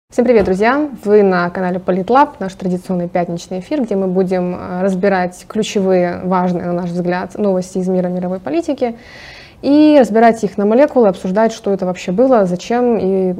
Всем привет, друзья! Вы на канале Политлаб, наш традиционный пятничный эфир, где мы будем разбирать ключевые, важные, на наш взгляд, новости из мира мировой политики и разбирать их на молекулы, обсуждать, что это вообще было, зачем и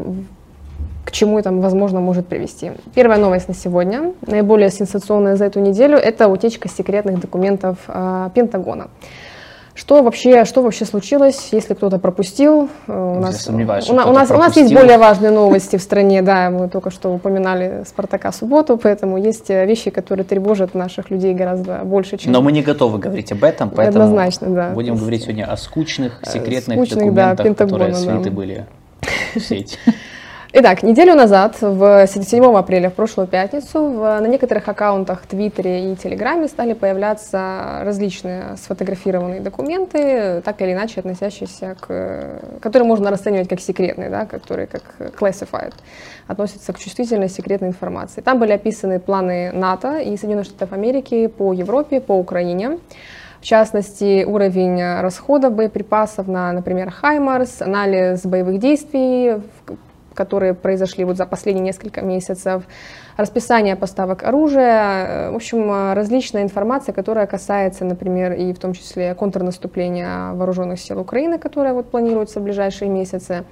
к чему это, возможно, может привести. Первая новость на сегодня, наиболее сенсационная за эту неделю, это утечка секретных документов Пентагона. Что вообще случилось, если кто-то пропустил? У нас есть более важные новости в стране, да, мы только что упоминали «Спартака субботу», поэтому есть вещи, которые тревожат наших людей гораздо больше, чем... Но мы не готовы говорить об этом, поэтому однозначно, да. Будем говорить сегодня о скучных, секретных документах, да, которые слиты были в сеть. Итак, неделю назад, 7 апреля, в прошлую пятницу, на некоторых аккаунтах в Твиттере и Телеграме стали появляться различные сфотографированные документы, так или иначе относящиеся которые можно расценивать как секретные, да, которые как classified, относятся к чувствительной секретной информации. Там были описаны планы НАТО и Соединенных Штатов Америки по Европе, по Украине. В частности, уровень расхода боеприпасов на, например, «Хаймарс», анализ боевых действий, которые произошли вот за последние несколько месяцев, расписание поставок оружия, в общем, различная информация, которая касается, например, и в том числе контрнаступления вооруженных сил Украины, которое вот планируется в ближайшие месяцы.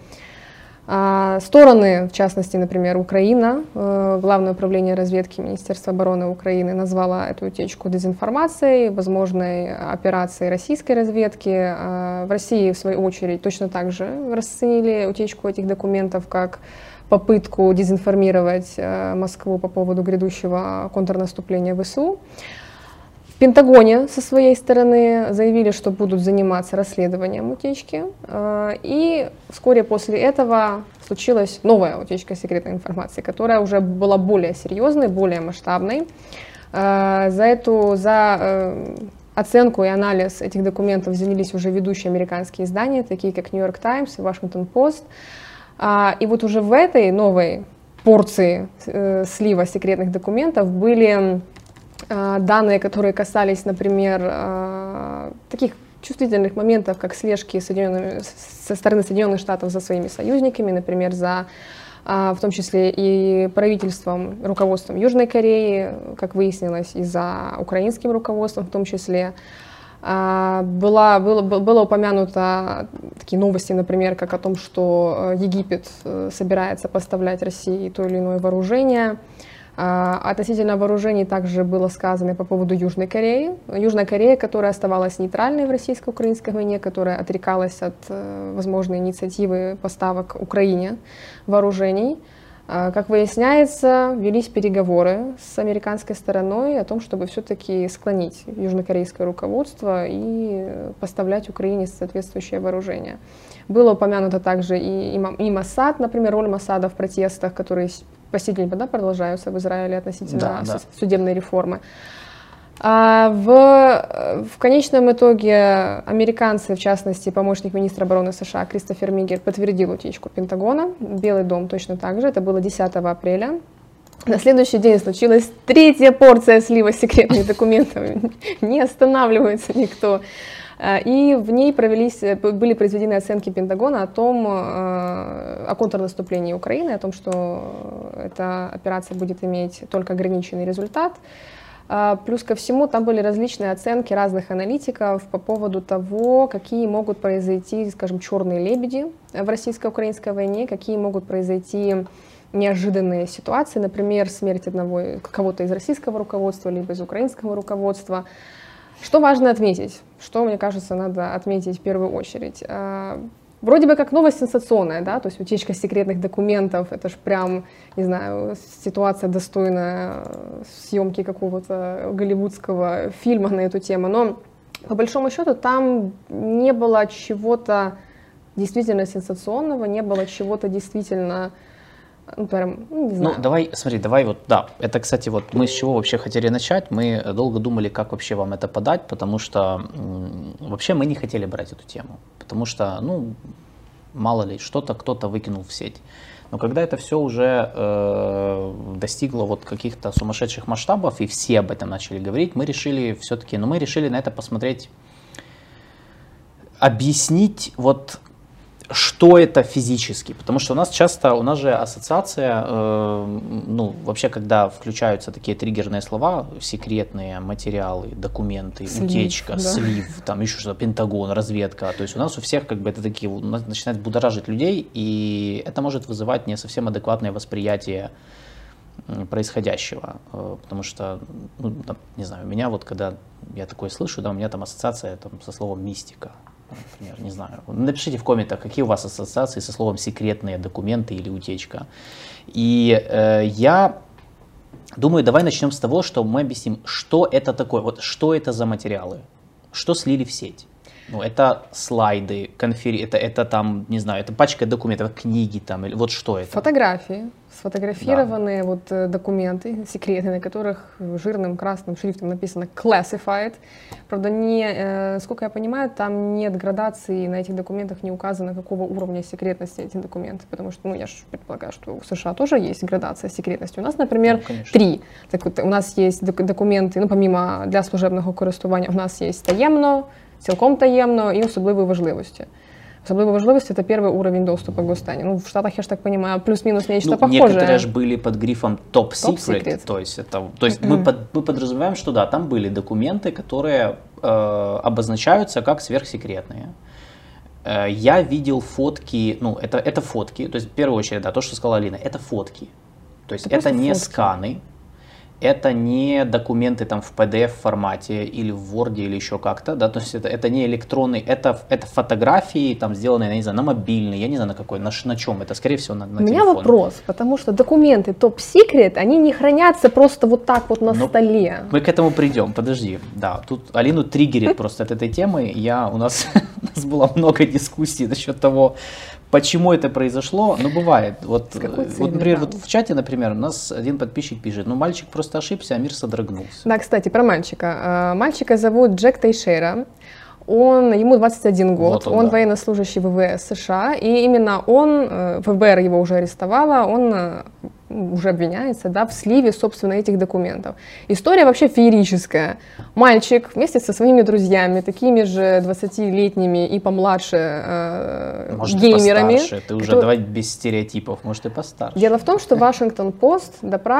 Стороны, в частности, например, Украина, Главное управление разведки Министерства обороны Украины назвало эту утечку дезинформацией, возможной операцией российской разведки. В России, в свою очередь, точно так же расценили утечку этих документов как попытку дезинформировать Москву по поводу грядущего контрнаступления ВСУ. В Пентагоне со своей стороны заявили, что будут заниматься расследованием утечки, и вскоре после этого случилась новая утечка секретной информации, которая уже была более серьезной, более масштабной. За оценку и анализ этих документов взялись уже ведущие американские издания, такие как New York Times и Washington Post. И вот уже в этой новой порции слива секретных документов были данные, которые касались, например, таких чувствительных моментов, как слежки со стороны Соединенных Штатов за своими союзниками, например, в том числе и правительством, руководством Южной Кореи, как выяснилось, и за украинским руководством в том числе. Было упомянуто такие новости, например, как о том, что Египет собирается поставлять России то или иное вооружение. Относительно вооружений также было сказано по поводу Южной Кореи. Южная Корея, которая оставалась нейтральной в российско-украинской войне, которая отрекалась от возможной инициативы поставок Украине вооружений. Как выясняется, велись переговоры с американской стороной о том, чтобы все-таки склонить южнокорейское руководство и поставлять Украине соответствующее вооружение. Было упомянуто также и Моссад, например, роль Моссада в протестах, которые по сей день продолжаются в Израиле относительно судебной реформы. В конечном итоге американцы, в частности, помощник министра обороны США Кристофер Мигер подтвердил утечку Пентагона. Белый дом точно так же, это было 10 апреля. На следующий день случилась третья порция слива секретных документов. Не останавливается никто. И в ней были произведены оценки Пентагона о контрнаступлении Украины, о том, что эта операция будет иметь только ограниченный результат. Плюс ко всему, там были различные оценки разных аналитиков по поводу того, какие могут произойти, скажем, черные лебеди в российско-украинской войне, какие могут произойти неожиданные ситуации, например, смерть кого-то из российского руководства, либо из украинского руководства. Что важно отметить, что, мне кажется, надо отметить в первую очередь. Вроде бы как новость сенсационная, да, то есть утечка секретных документов, это ж прям, не знаю, ситуация достойная съемки какого-то голливудского фильма на эту тему, но по большому счету там не было чего-то действительно сенсационного, не было чего-то действительно... не знаю. Давай вот, да, это, кстати, вот мы с чего вообще хотели начать, мы долго думали, как вообще вам это подать, потому что вообще мы не хотели брать эту тему, потому что, мало ли, что-то кто-то выкинул в сеть. Но когда это все уже достигло вот каких-то сумасшедших масштабов, и все об этом начали говорить, мы решили все-таки, мы решили на это посмотреть, объяснить вот что это физически? Потому что у нас же ассоциация, ну, вообще, когда включаются такие триггерные слова, секретные материалы, документы, утечка, да. слив, там еще что-то, Пентагон, разведка, то есть у нас у всех как бы это такие, начинает будоражить людей, и это может вызывать не совсем адекватное восприятие происходящего, потому что, ну, там, не знаю, у меня вот, когда я такое слышу, да, у меня там ассоциация там, со словом мистика. Например, не знаю. Напишите в комментах, какие у вас ассоциации со словом секретные документы или утечка. И я думаю, давай начнем с того, что мы объясним, что это такое, вот что это за материалы, что слили в сеть. Ну, это слайды, это там, не знаю, это пачка документов, книги там, или вот что это? Фотографии, сфотографированные вот документы секретные, на которых жирным красным шрифтом написано classified. Правда, сколько я понимаю, там нет градации, на этих документах не указано, какого уровня секретности эти документы, потому что, ну, я же предполагаю, что у США тоже есть градация секретности. У нас, например, 3. Так вот, у нас есть документы, ну, помимо для служебного користування, у нас есть таємно, цілком таємно і особливої важливості. Особливой важливости — это первый уровень доступа к государству. Ну, в Штатах, я же так понимаю, плюс-минус нечто похожее. Некоторые же были под грифом Top Secret, то есть мы подразумеваем, что да, там были документы, которые обозначаются как сверхсекретные. Я видел фотки, ну, это фотки, то есть в первую очередь, да, то, что сказала Алина, это фотки. То есть это не сканы. Это не документы там в PDF формате или в Word или еще как-то, да, то есть это не электронный, это фотографии там сделанные, я не знаю, на мобильный, я не знаю на какой, на чем, это скорее всего на телефон. У меня вопрос, потому что документы Top Secret, они не хранятся просто вот так вот на столе. Мы к этому придем, подожди, да, тут Алину триггерит просто от этой темы, у нас было много дискуссий насчет того, почему это произошло, ну бывает. Вот, например, вот в чате, например, у нас один подписчик пишет, ну мальчик просто ошибся, а мир содрогнулся. Да, кстати, про мальчика. Мальчика зовут Джек Тейшера. Ему 21 год, вот он военнослужащий ВВС США, и именно он, ФБР его уже арестовало, он уже обвиняется, да, в сливе, собственно, этих документов. История вообще феерическая. Мальчик вместе со своими друзьями, такими же 20-летними и помладше может, геймерами. Постарше. Ты уже давай без стереотипов, может и постарше. Дело в том, что Вашингтон-Пост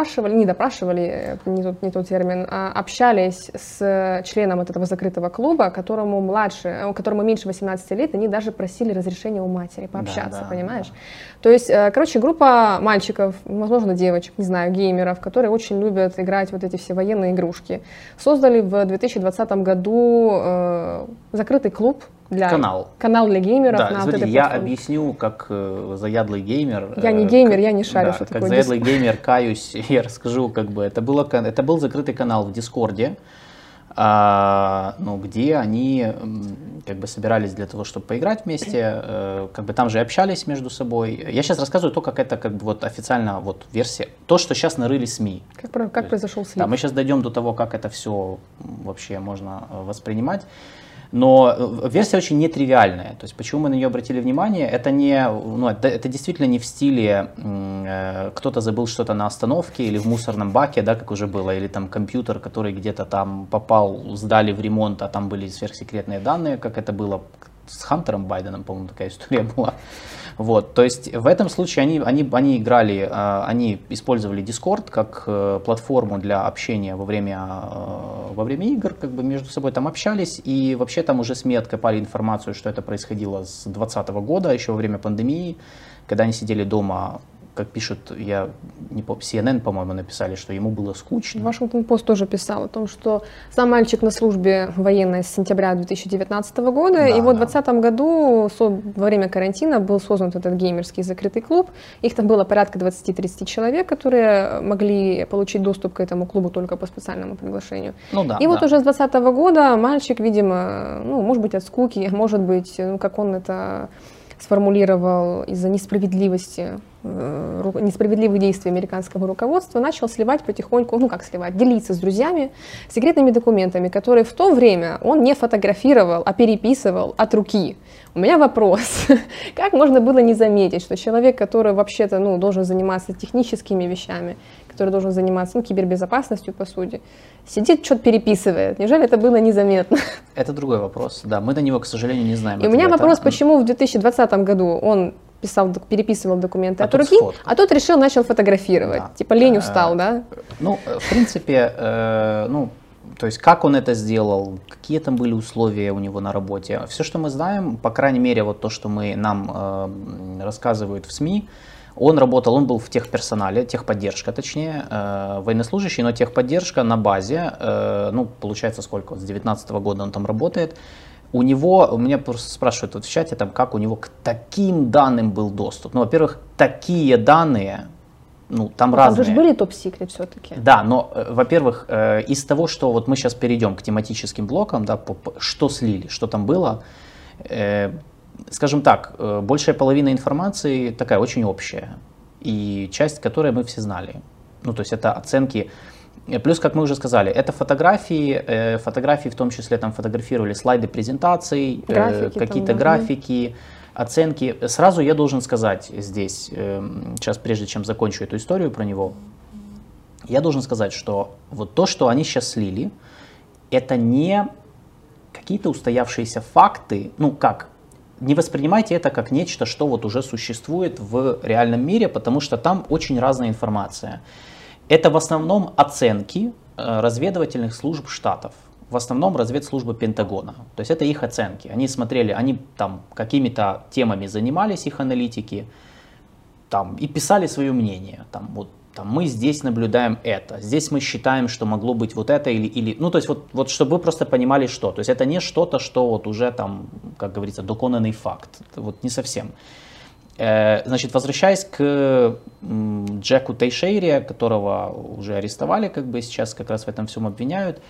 не тот термин, общались с членом этого закрытого клуба, которому меньше 18 лет, они даже просили разрешения у матери пообщаться, понимаешь? Да. То есть, короче, группа мальчиков, возможно, девочек, не знаю, геймеров, которые очень любят играть вот эти все военные игрушки, создали в 2020 году закрытый клуб, канал для геймеров. Да, смотрите, я объясню, как заядлый геймер. Я не геймер, я не шарю, что такое. Как заядлый геймер, каюсь, я расскажу, как бы это был закрытый канал в Дискорде, где они как бы собирались для того, чтобы поиграть вместе, как бы там же общались между собой. Я сейчас рассказываю то, как это как бы вот официально вот версия, то, что сейчас нарыли СМИ. Как произошел слив? Да, мы сейчас дойдем до того, как это все вообще можно воспринимать. Но версия очень нетривиальная. То есть почему мы на нее обратили внимание, это действительно не в стиле кто-то забыл что-то на остановке или в мусорном баке, да, как уже было, или там компьютер, который где-то там попал, сдали в ремонт, а там были сверхсекретные данные, как это было с Хантером Байденом, по-моему, такая история была. Вот, то есть в этом случае они играли, они использовали Discord как платформу для общения во время игр, как бы между собой там общались, и вообще там уже СМИ откопали информацию, что это происходило с 2020 года, еще во время пандемии, когда они сидели дома. Как пишут, CNN, по-моему, написали, что ему было скучно. Вашингтон-Пост тоже писал о том, что сам мальчик на службе военной с сентября 2019 года, и вот в 2020 году во время карантина был создан этот геймерский закрытый клуб. Их там было порядка 20-30 человек, которые могли получить доступ к этому клубу только по специальному приглашению. Вот уже с 2020 года мальчик, видимо, может быть от скуки, может быть, как он это сформулировал, из-за несправедливых действий американского руководства, начал сливать потихоньку, делиться с друзьями секретными документами, которые в то время он не фотографировал, а переписывал от руки. У меня вопрос, как можно было не заметить, что человек, который вообще-то должен заниматься техническими вещами, который должен заниматься кибербезопасностью, по сути, сидит, что-то переписывает. Неужели это было незаметно? Это другой вопрос, да, мы на него, к сожалению, не знаем. И у меня вопрос, почему в 2020 году он переписывал документы от руки, а тут решил, начал фотографировать. Да. Типа лень устал, да? Ну, в принципе, то есть как он это сделал, какие там были условия у него на работе. Все, что мы знаем, по крайней мере, вот то, что нам рассказывают в СМИ, он работал, он был в техперсонале, техподдержка точнее, военнослужащий, но техподдержка на базе, получается сколько, с 2019 года он там работает. У меня просто спрашивают вот в чате, там, как у него к таким данным был доступ. Ну, во-первых, такие данные, там разные. Там же были топ-секрет все-таки. Да, но, во-первых, из того, что вот мы сейчас перейдем к тематическим блокам, да, что слили, что там было, скажем так, большая половина информации такая очень общая, и часть которой мы все знали. Ну, то есть это оценки. Плюс, как мы уже сказали, это фотографии в том числе там фотографировали слайды презентаций, какие-то графики, оценки. Сразу я должен сказать здесь, сейчас прежде чем закончу эту историю про него, я должен сказать, что вот то, что они сейчас слили, это не какие-то устоявшиеся факты, не воспринимайте это как нечто, что вот уже существует в реальном мире, потому что там очень разная информация. Это в основном оценки разведывательных служб штатов, в основном разведслужбы Пентагона. То есть это их оценки. Они смотрели, они там какими-то темами занимались, их аналитики, там, и писали свое мнение. Мы здесь наблюдаем это, здесь мы считаем, что могло быть вот это или то есть вот чтобы вы просто понимали, что. То есть это не что-то, что вот уже там, как говорится, доконанный факт. Это вот не совсем. Значит, возвращаясь к Джеку Тейшейре, которого уже арестовали, сейчас как раз в этом всем обвиняют,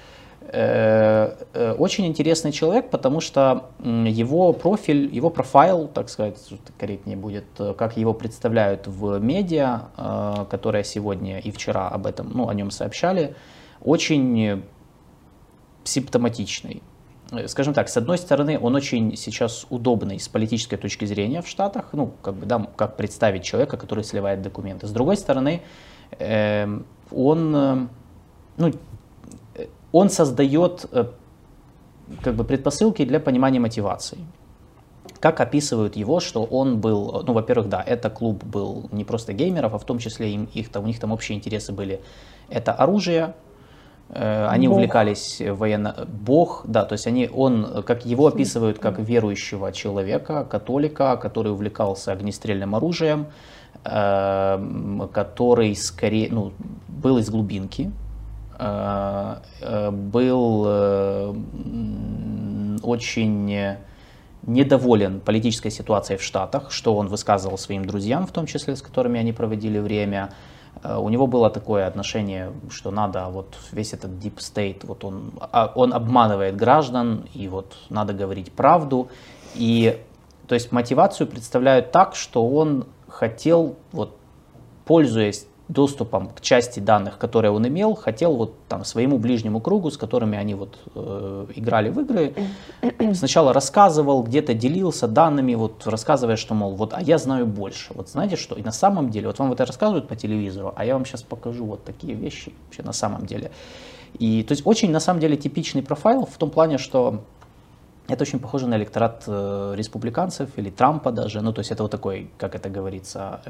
очень интересный человек, потому что его профиль, его профайл, так сказать, корректнее будет, как его представляют в медиа, которые сегодня и вчера об этом, о нем сообщали, очень симптоматичный. Скажем так, с одной стороны, он очень сейчас удобный с политической точки зрения в Штатах, как представить человека, который сливает документы. С другой стороны, он создает предпосылки для понимания мотивации. Как описывают его, что он был, во-первых, да, это клуб был не просто геймеров, а в том числе у них там общие интересы были. Это оружие. Они увлекались Бог, да, то есть как его описывают как верующего человека, католика, который увлекался огнестрельным оружием, который скорее, был из глубинки, был очень недоволен политической ситуацией в Штатах, что он высказывал своим друзьям, в том числе, с которыми они проводили время. У него было такое отношение, что надо весь этот deep state, он обманывает граждан, и надо говорить правду. И то есть мотивацию представляют так, что он хотел, пользуясь доступом к части данных, которые он имел, хотел своему ближнему кругу, с которыми они играли в игры, сначала рассказывал, где-то делился данными, рассказывая, что, мол, а я знаю больше. Знаете что? И на самом деле, вам это рассказывают по телевизору, а я вам сейчас покажу такие вещи вообще на самом деле. И то есть очень на самом деле типичный профайл в том плане, что это очень похоже на электорат республиканцев или Трампа даже. То есть это такой, как это говорится,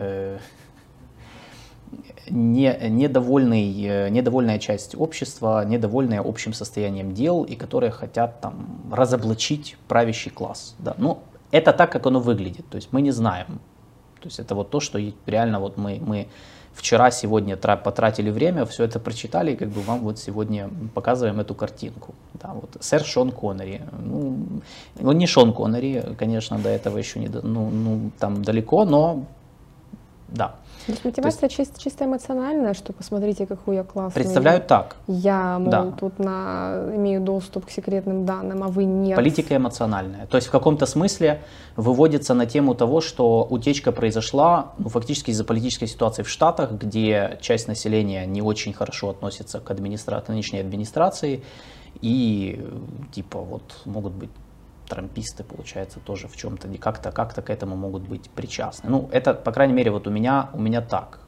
недовольная часть общества, недовольная общим состоянием дел, и которые хотят разоблачить правящий класс. Да. Это так, как оно выглядит, то есть мы не знаем. То есть это то, что реально мы вчера, сегодня потратили время, все это прочитали, и вам сегодня показываем эту картинку. Да, сэр Шон Коннери. Он не Шон Коннери, конечно, до этого еще там далеко, но да. То есть мотивация чисто эмоциональная, что посмотрите, какой я классный. Представляют так. Я, тут имею доступ к секретным данным, а вы нет. Политика эмоциональная. То есть в каком-то смысле выводится на тему того, что утечка произошла фактически из-за политической ситуации в Штатах, где часть населения не очень хорошо относится к нынешней администрации, и могут быть трамписты, получается, тоже в чем-то, как-то к этому могут быть причастны. Это, по крайней мере, у меня так.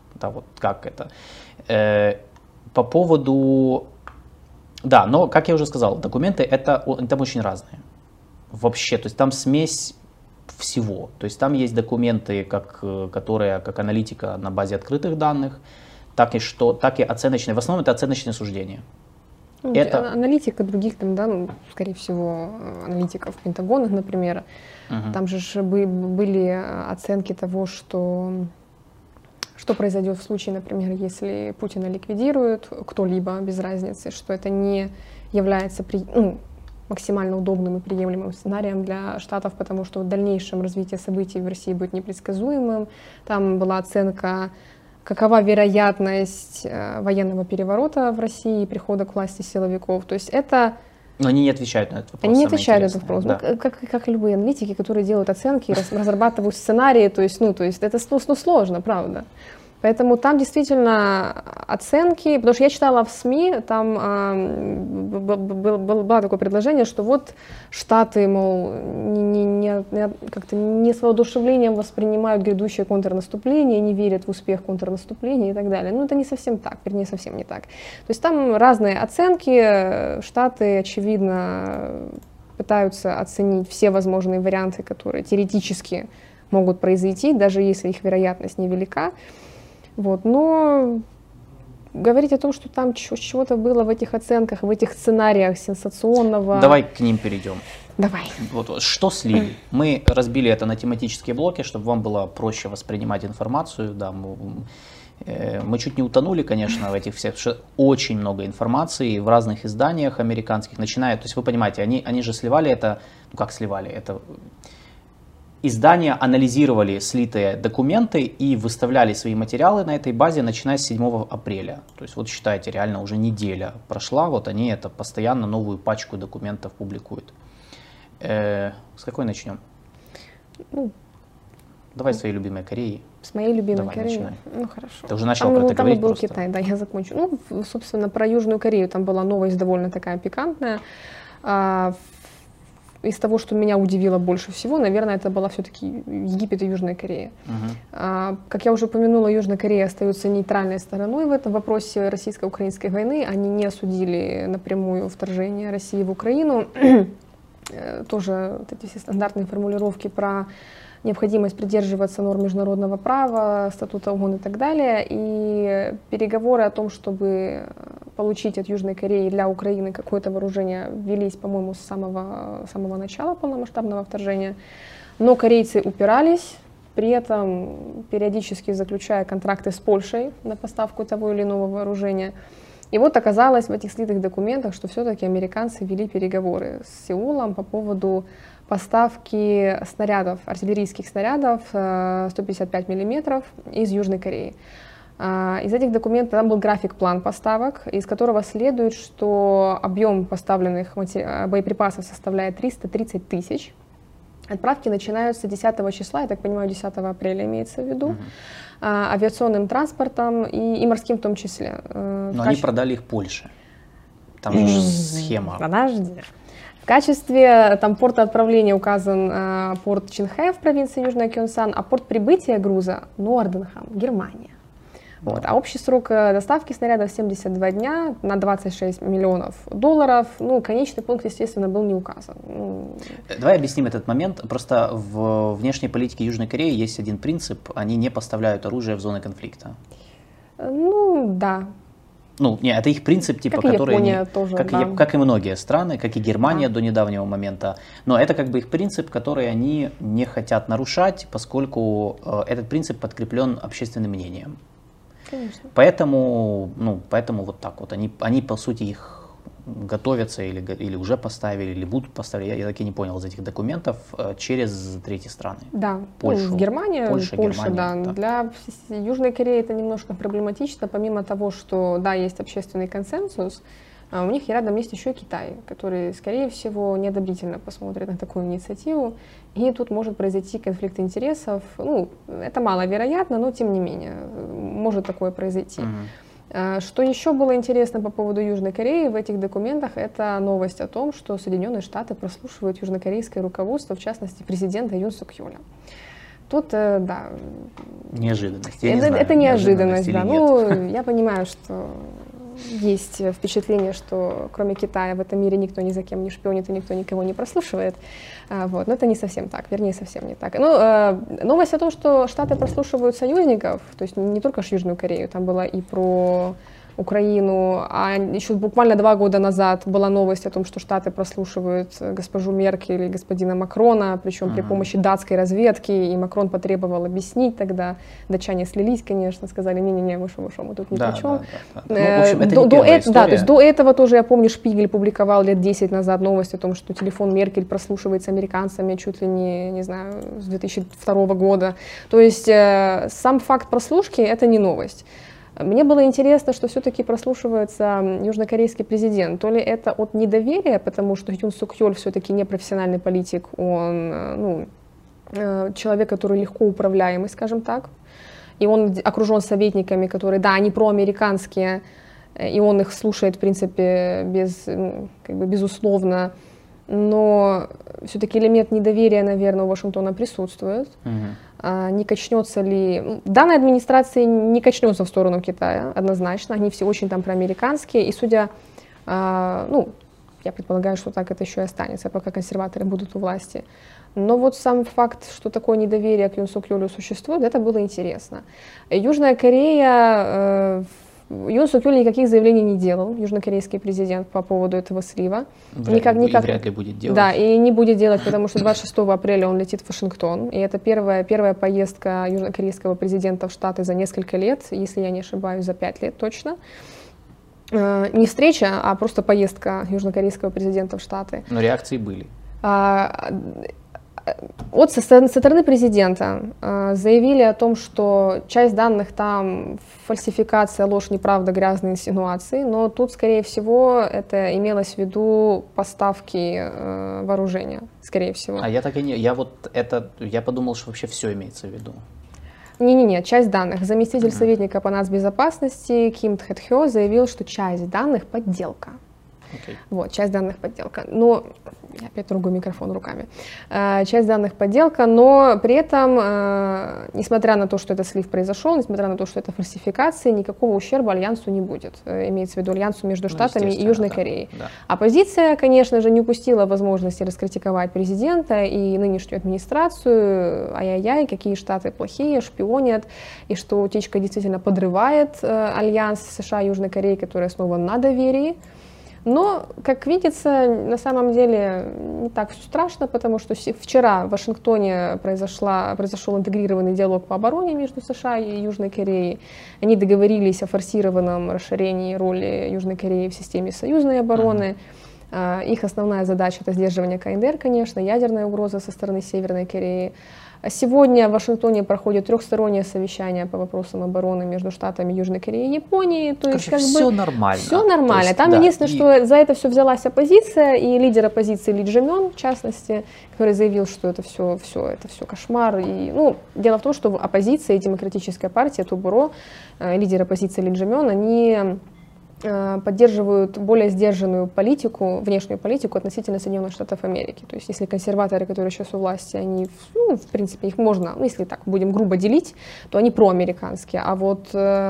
Да, вот как это. По поводу... Да, но, как я уже сказал, документы там очень разные. Вообще, то есть там смесь всего. То есть там есть документы, которые как аналитика на базе открытых данных, так и оценочные. В основном это оценочные суждения. Это аналитика других, там, да, ну, скорее всего, аналитиков в Пентагонах, например. Там же были оценки того, что произойдет в случае, например, если Путина ликвидируют кто-либо, без разницы, что это не является максимально удобным и приемлемым сценарием для Штатов, потому что в дальнейшем развитие событий в России будет непредсказуемым. Там была оценка, какова вероятность военного переворота в России и прихода к власти силовиков. То есть это... Но они не отвечают на этот вопрос. Они не отвечают на этот вопрос. Да. Ну, как любые аналитики, которые делают оценки, разрабатывают сценарии, то есть это сложно, правда. Поэтому там действительно оценки, потому что я читала в СМИ, там было такое предложение, что вот Штаты, мол, как-то не с воодушевлением воспринимают грядущее контрнаступление, не верят в успех контрнаступления и так далее. Ну, это не совсем так, вернее, совсем не так. То есть там разные оценки, Штаты, очевидно, пытаются оценить все возможные варианты, которые теоретически могут произойти, даже если их вероятность невелика. Вот, но говорить о том, что там чего-то было в этих оценках, в этих сценариях сенсационного... Давай к ним перейдем. Давай. Вот, что слили? Мы разбили это на тематические блоки, чтобы вам было проще воспринимать информацию. Да, мы чуть не утонули, конечно, в этих всех, потому что очень много информации в разных изданиях американских, начиная, то есть вы понимаете, они же сливали это, ну как сливали, это... Издания анализировали слитые документы и выставляли свои материалы на этой базе, начиная с 7 апреля. То есть вот считайте, реально уже неделя прошла, вот они это постоянно новую пачку документов публикуют. С какой начнем? Давай своей любимой Кореи. С моей любимой Давай, Кореей? начинай. Ну хорошо. Ты уже начал про это говорить был просто. Китай, да, я закончу. Ну, собственно, про Южную Корею там была новость довольно такая пикантная. Из того, что меня удивило больше всего, наверное, это была все-таки Египет и Южная Корея. Как я уже упомянула, Южная Корея остается нейтральной стороной в этом вопросе российско-украинской войны. Они не осудили напрямую вторжение России в Украину. Тоже вот эти все стандартные формулировки про необходимость придерживаться норм международного права, статута ООН и так далее. И переговоры о том, чтобы получить от Южной Кореи для Украины какое-то вооружение, велись, по-моему, с самого начала полномасштабного вторжения. Но корейцы упирались, при этом периодически заключая контракты с Польшей на поставку того или иного вооружения. И вот оказалось в этих слитых документах, что все-таки американцы вели переговоры с Сеулом по поводу поставки снарядов, артиллерийских снарядов 155 мм из Южной Кореи. Из этих документов там был график-план поставок, из которого следует, что объем поставленных боеприпасов составляет 330 тысяч. Отправки начинаются 10 числа, я так понимаю, 10 апреля имеется в виду, авиационным транспортом и морским в том числе. Но они продали их Польше. Там же схема. Подожди. В качестве там, порта отправления указан порт Чинхэ в провинции Южная Кёнсан, а порт прибытия груза — Норденхам, Германия. Вот. А общий срок доставки снарядов 72 дня на 26 миллионов долларов. Ну, конечный пункт, естественно, был не указан. Давай объясним этот момент. Просто в внешней политике Южной Кореи есть один принцип. Они не поставляют оружие в зоны конфликта. Ну, да. Ну, не, это их принцип, типа, как который Япония тоже, как и многие страны, как и Германия до недавнего момента. Но это как бы их принцип, который они не хотят нарушать, поскольку этот принцип подкреплен общественным мнением. Конечно. Поэтому вот так вот. Они по сути их готовятся или уже поставили, или будут поставить, я так и не понял из этих документов, через третьи страны. Да, Польшу, в Германии, Польша, Германия, да. Для Южной Кореи это немножко проблематично, помимо того, что, да, есть общественный консенсус, у них рядом есть еще и Китай, который, скорее всего, неодобрительно посмотрит на такую инициативу, и тут может произойти конфликт интересов. Ну, это маловероятно, но тем не менее, может такое произойти. Что еще было интересно по поводу Южной Кореи в этих документах, это новость о том, что Соединенные Штаты прослушивают южнокорейское руководство, в частности, президента Юн Сук Йоля. Тут, да. Неожиданность. Это неожиданность, да. Ну, я понимаю, что есть впечатление, что кроме Китая в этом мире никто ни за кем не шпионит и никто никого не прослушивает. Вот. Но это не совсем так, вернее, совсем не так. Ну, новость о том, что Штаты прослушивают союзников, то есть не только Южную Корею, там была и про Украину, а еще буквально 2 года назад была новость о том, что Штаты прослушивают госпожу Меркель и господина Макрона, причем при помощи датской разведки, и Макрон потребовал объяснить тогда, датчане слились, конечно, сказали, не-не-не, мы тут ни при чем. Ну, в общем, это не первая история. Да, то есть до этого тоже, я помню, Шпигель публиковал лет 10 назад новость о том, что телефон Меркель прослушивается американцами чуть ли не знаю, с 2002 года. То есть сам факт прослушки — это не новость. Мне было интересно, что все-таки прослушивается южнокорейский президент. То ли это от недоверия, потому что Юн Сук Йоль все-таки не профессиональный политик, он человек, который легко управляемый, скажем так. И он окружен советниками, которые, да, они проамериканские, и он их слушает, в принципе, безусловно. Но все-таки элемент недоверия, наверное, у Вашингтона присутствует. Не качнется ли... Данная администрация не качнется в сторону Китая, однозначно. Они все очень там проамериканские. И судя... я предполагаю, что так это еще и останется, пока консерваторы будут у власти. Но вот сам факт, что такое недоверие к Юн Сук Йолю существует, это было интересно. Южная Корея... Юн Сук Йоль никаких заявлений не делал, южнокорейский президент, по поводу этого слива. Вряд ли будет делать. Да, и не будет делать, потому что 26 апреля он летит в Вашингтон. И это первая поездка южнокорейского президента в Штаты за несколько лет, если я не ошибаюсь, за 5 лет точно. Не встреча, а просто поездка южнокорейского президента в Штаты. Но реакции были. Со стороны президента заявили о том, что часть данных там фальсификация, ложь, неправда, грязные инсинуации, но тут, скорее всего, это имелось в виду поставки вооружения, скорее всего. А я так и не... Я подумал, что вообще все имеется в виду. Не, часть данных. Заместитель советника по нацбезопасности Ким Тхэ Хё заявил, что часть данных подделка. Okay. Вот, часть данных подделка. Но я опять трогаю микрофон руками. Часть данных подделка, но при этом, несмотря на то, что этот слив произошел, несмотря на то, что это фальсификация, никакого ущерба альянсу не будет. Имеется в виду альянсу между Штатами и Южной Кореей. Да. Оппозиция, конечно же, не упустила возможности раскритиковать президента и нынешнюю администрацию. Ай-яй-яй, какие Штаты плохие, шпионят, и что утечка действительно подрывает альянс США и Южной Кореи, который основан на доверии. Но, как видится, на самом деле не так все страшно, потому что вчера в Вашингтоне произошел интегрированный диалог по обороне между США и Южной Кореей. Они договорились о форсированном расширении роли Южной Кореи в системе союзной обороны. Их основная задача — это сдерживание КНДР, конечно, ядерная угроза со стороны Северной Кореи. Сегодня в Вашингтоне проходит трехстороннее совещание по вопросам обороны между Штатами Южной Кореи и Японией. То есть, все нормально. Все нормально. Есть, там единственное, что за это все взялась оппозиция, и лидер оппозиции Ли Чжэ-мён, в частности, который заявил, что это все кошмар. И, дело в том, что оппозиция и Демократическая партия, Тубуро, лидер оппозиции Ли Чжэ-мён, они поддерживают более сдержанную политику, внешнюю политику относительно Соединенных Штатов Америки. То есть если консерваторы, которые сейчас у власти, они, в принципе, их можно, если так будем грубо делить, то они проамериканские. А вот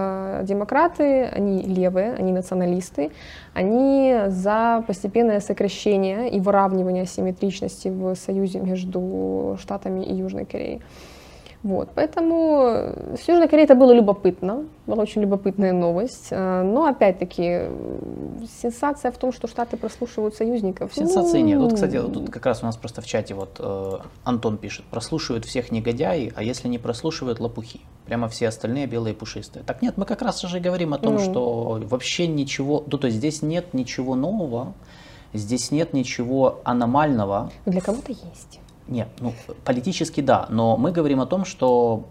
демократы, они левые, они националисты, они за постепенное сокращение и выравнивание асимметричности в союзе между Штатами и Южной Кореей. Вот, поэтому с Южной Кореей это было любопытно, была очень любопытная новость, но опять-таки сенсация в том, что Штаты прослушивают союзников. Сенсации нет. Вот, кстати, тут как раз у нас просто в чате Антон пишет: прослушивают всех негодяи, а если не прослушивают — лопухи. Прямо все остальные белые пушистые. Так нет, мы как раз уже говорим о том, что вообще ничего, то есть здесь нет ничего нового, здесь нет ничего аномального. Для кого-то есть. Нет, политически да, но мы говорим о том, что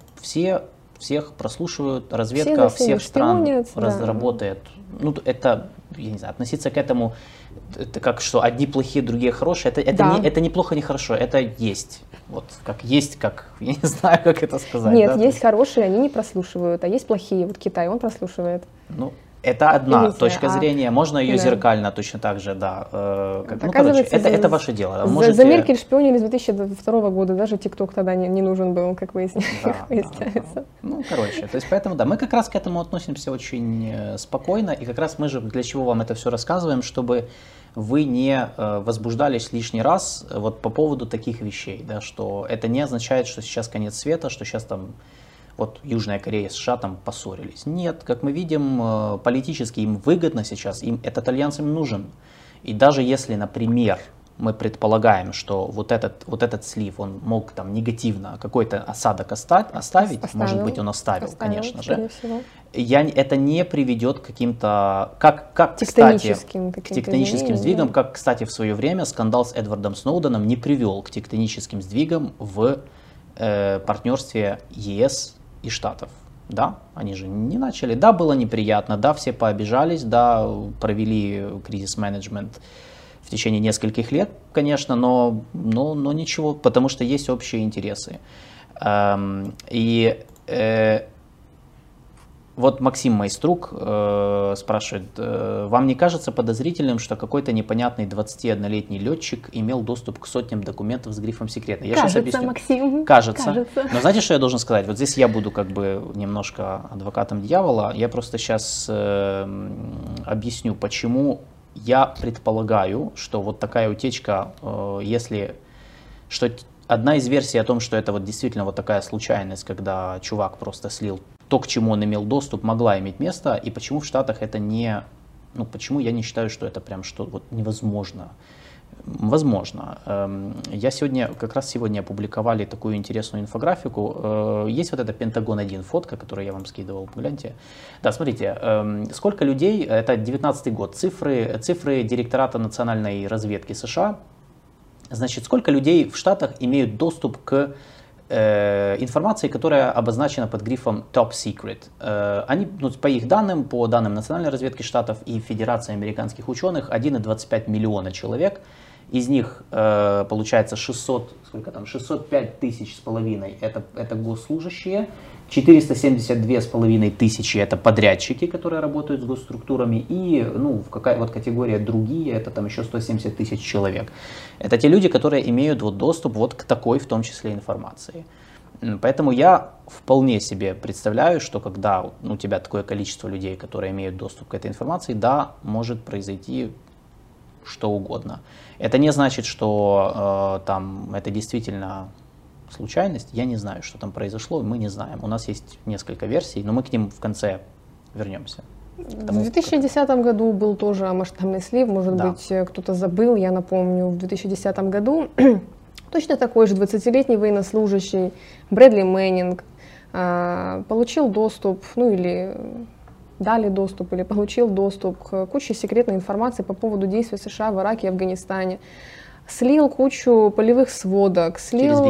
всех прослушивают, разведка всех стран работает. Это, я не знаю, относиться к этому, это как что одни плохие, другие хорошие, это не плохо, не хорошо, это есть. Вот как есть, как, я не знаю, как это сказать. Нет, есть хорошие, они не прослушивают, а есть плохие, вот Китай, он прослушивает. Это одна Видите, точка зрения, можно ее да. зеркально точно так же, да. Ну, короче, Оказывается, это ваше дело. За Меркель шпионили с 2002 года, даже ТикТок тогда не нужен был, как выясняется. Да. Ну, короче, то есть поэтому, да, мы как раз к этому относимся очень спокойно, и как раз мы же для чего вам это все рассказываем, чтобы вы не возбуждались лишний раз вот по поводу таких вещей, да, что это не означает, что сейчас конец света, что сейчас там вот Южная Корея и США там поссорились. Нет, как мы видим, политически им выгодно сейчас, им этот альянс им нужен. И даже если, например, мы предполагаем, что вот этот слив, он мог там негативно какой-то осадок оставить, может быть, он оставил, конечно же. Это не приведет к каким-то, как кстати, к тектоническим сдвигам, да. Как, кстати, в свое время скандал с Эдвардом Сноуденом не привел к тектоническим сдвигам в партнерстве ЕС и Штатов. Да, они же не начали. Да, было неприятно, да, все пообижались, да, провели кризис-менеджмент в течение нескольких лет, конечно, но ничего, потому что есть общие интересы. Вот Максим Майструк спрашивает, вам не кажется подозрительным, что какой-то непонятный 21-летний летчик имел доступ к сотням документов с грифом «секретно»? Я кажется, сейчас объясню. Максим, кажется. Но знаете, что я должен сказать? Вот здесь я буду как бы немножко адвокатом дьявола. Я просто сейчас объясню, почему я предполагаю, что вот такая утечка, что одна из версий о том, что это вот действительно вот такая случайность, когда чувак просто слил то, к чему он имел доступ, могла иметь место, и почему в Штатах это не, почему я не считаю, что это прям что вот невозможно. Возможно. Я как раз сегодня опубликовали такую интересную инфографику. Есть вот эта Пентагон-1 фотка, которую я вам скидывал, гляньте. Да, смотрите, сколько людей, это 19-й год, цифры Директората национальной разведки США. Значит, сколько людей в Штатах имеют доступ к информации, которая обозначена под грифом Top Secret. Они, по их данным, по данным Национальной разведки Штатов и Федерации американских ученых, 1,25 миллиона человек. Из них получается 605 тысяч с половиной это госслужащие, 472,5 тысячи это подрядчики, которые работают с госструктурами, и какая вот категория другие, это там еще 170 тысяч человек. Это те люди, которые имеют вот доступ вот к такой в том числе информации. Поэтому я вполне себе представляю, что когда у тебя такое количество людей, которые имеют доступ к этой информации, да, может произойти что угодно. Это не значит, что там это действительно случайность. Я не знаю, что там произошло, мы не знаем. У нас есть несколько версий, но мы к ним в конце вернемся. В 2010 году был тоже масштабный слив, может быть, кто-то забыл, я напомню, в 2010 году точно такой же 20-летний военнослужащий Брэдли Мэннинг получил доступ, или дали доступ или получил доступ к куче секретной информации по поводу действий США в Ираке и Афганистане. Слил кучу полевых сводок, слил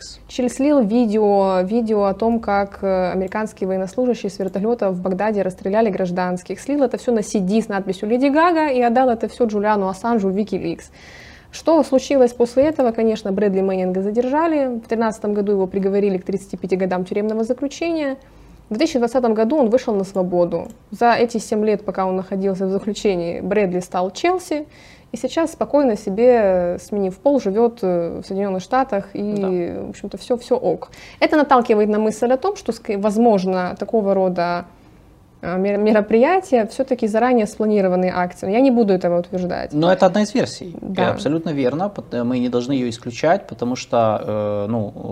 видео о том, как американские военнослужащие с вертолета в Багдаде расстреляли гражданских. Слил это все на CD с надписью «Леди Гага» и отдал это все Джулиану Ассанжу в Wikileaks. Что случилось после этого? Конечно, Брэдли Мэннинга задержали. В 2013 году его приговорили к 35 годам тюремного заключения. В 2020 году он вышел на свободу. За эти 7 лет, пока он находился в заключении, Брэдли стал Челси. И сейчас спокойно себе, сменив пол, живет в Соединенных Штатах, и, в общем-то, все ок. Это наталкивает на мысль о том, что, возможно, такого рода мероприятия все-таки заранее спланированные акции. Я не буду этого утверждать. Но это одна из версий. Да. Абсолютно верно. Мы не должны ее исключать, потому что,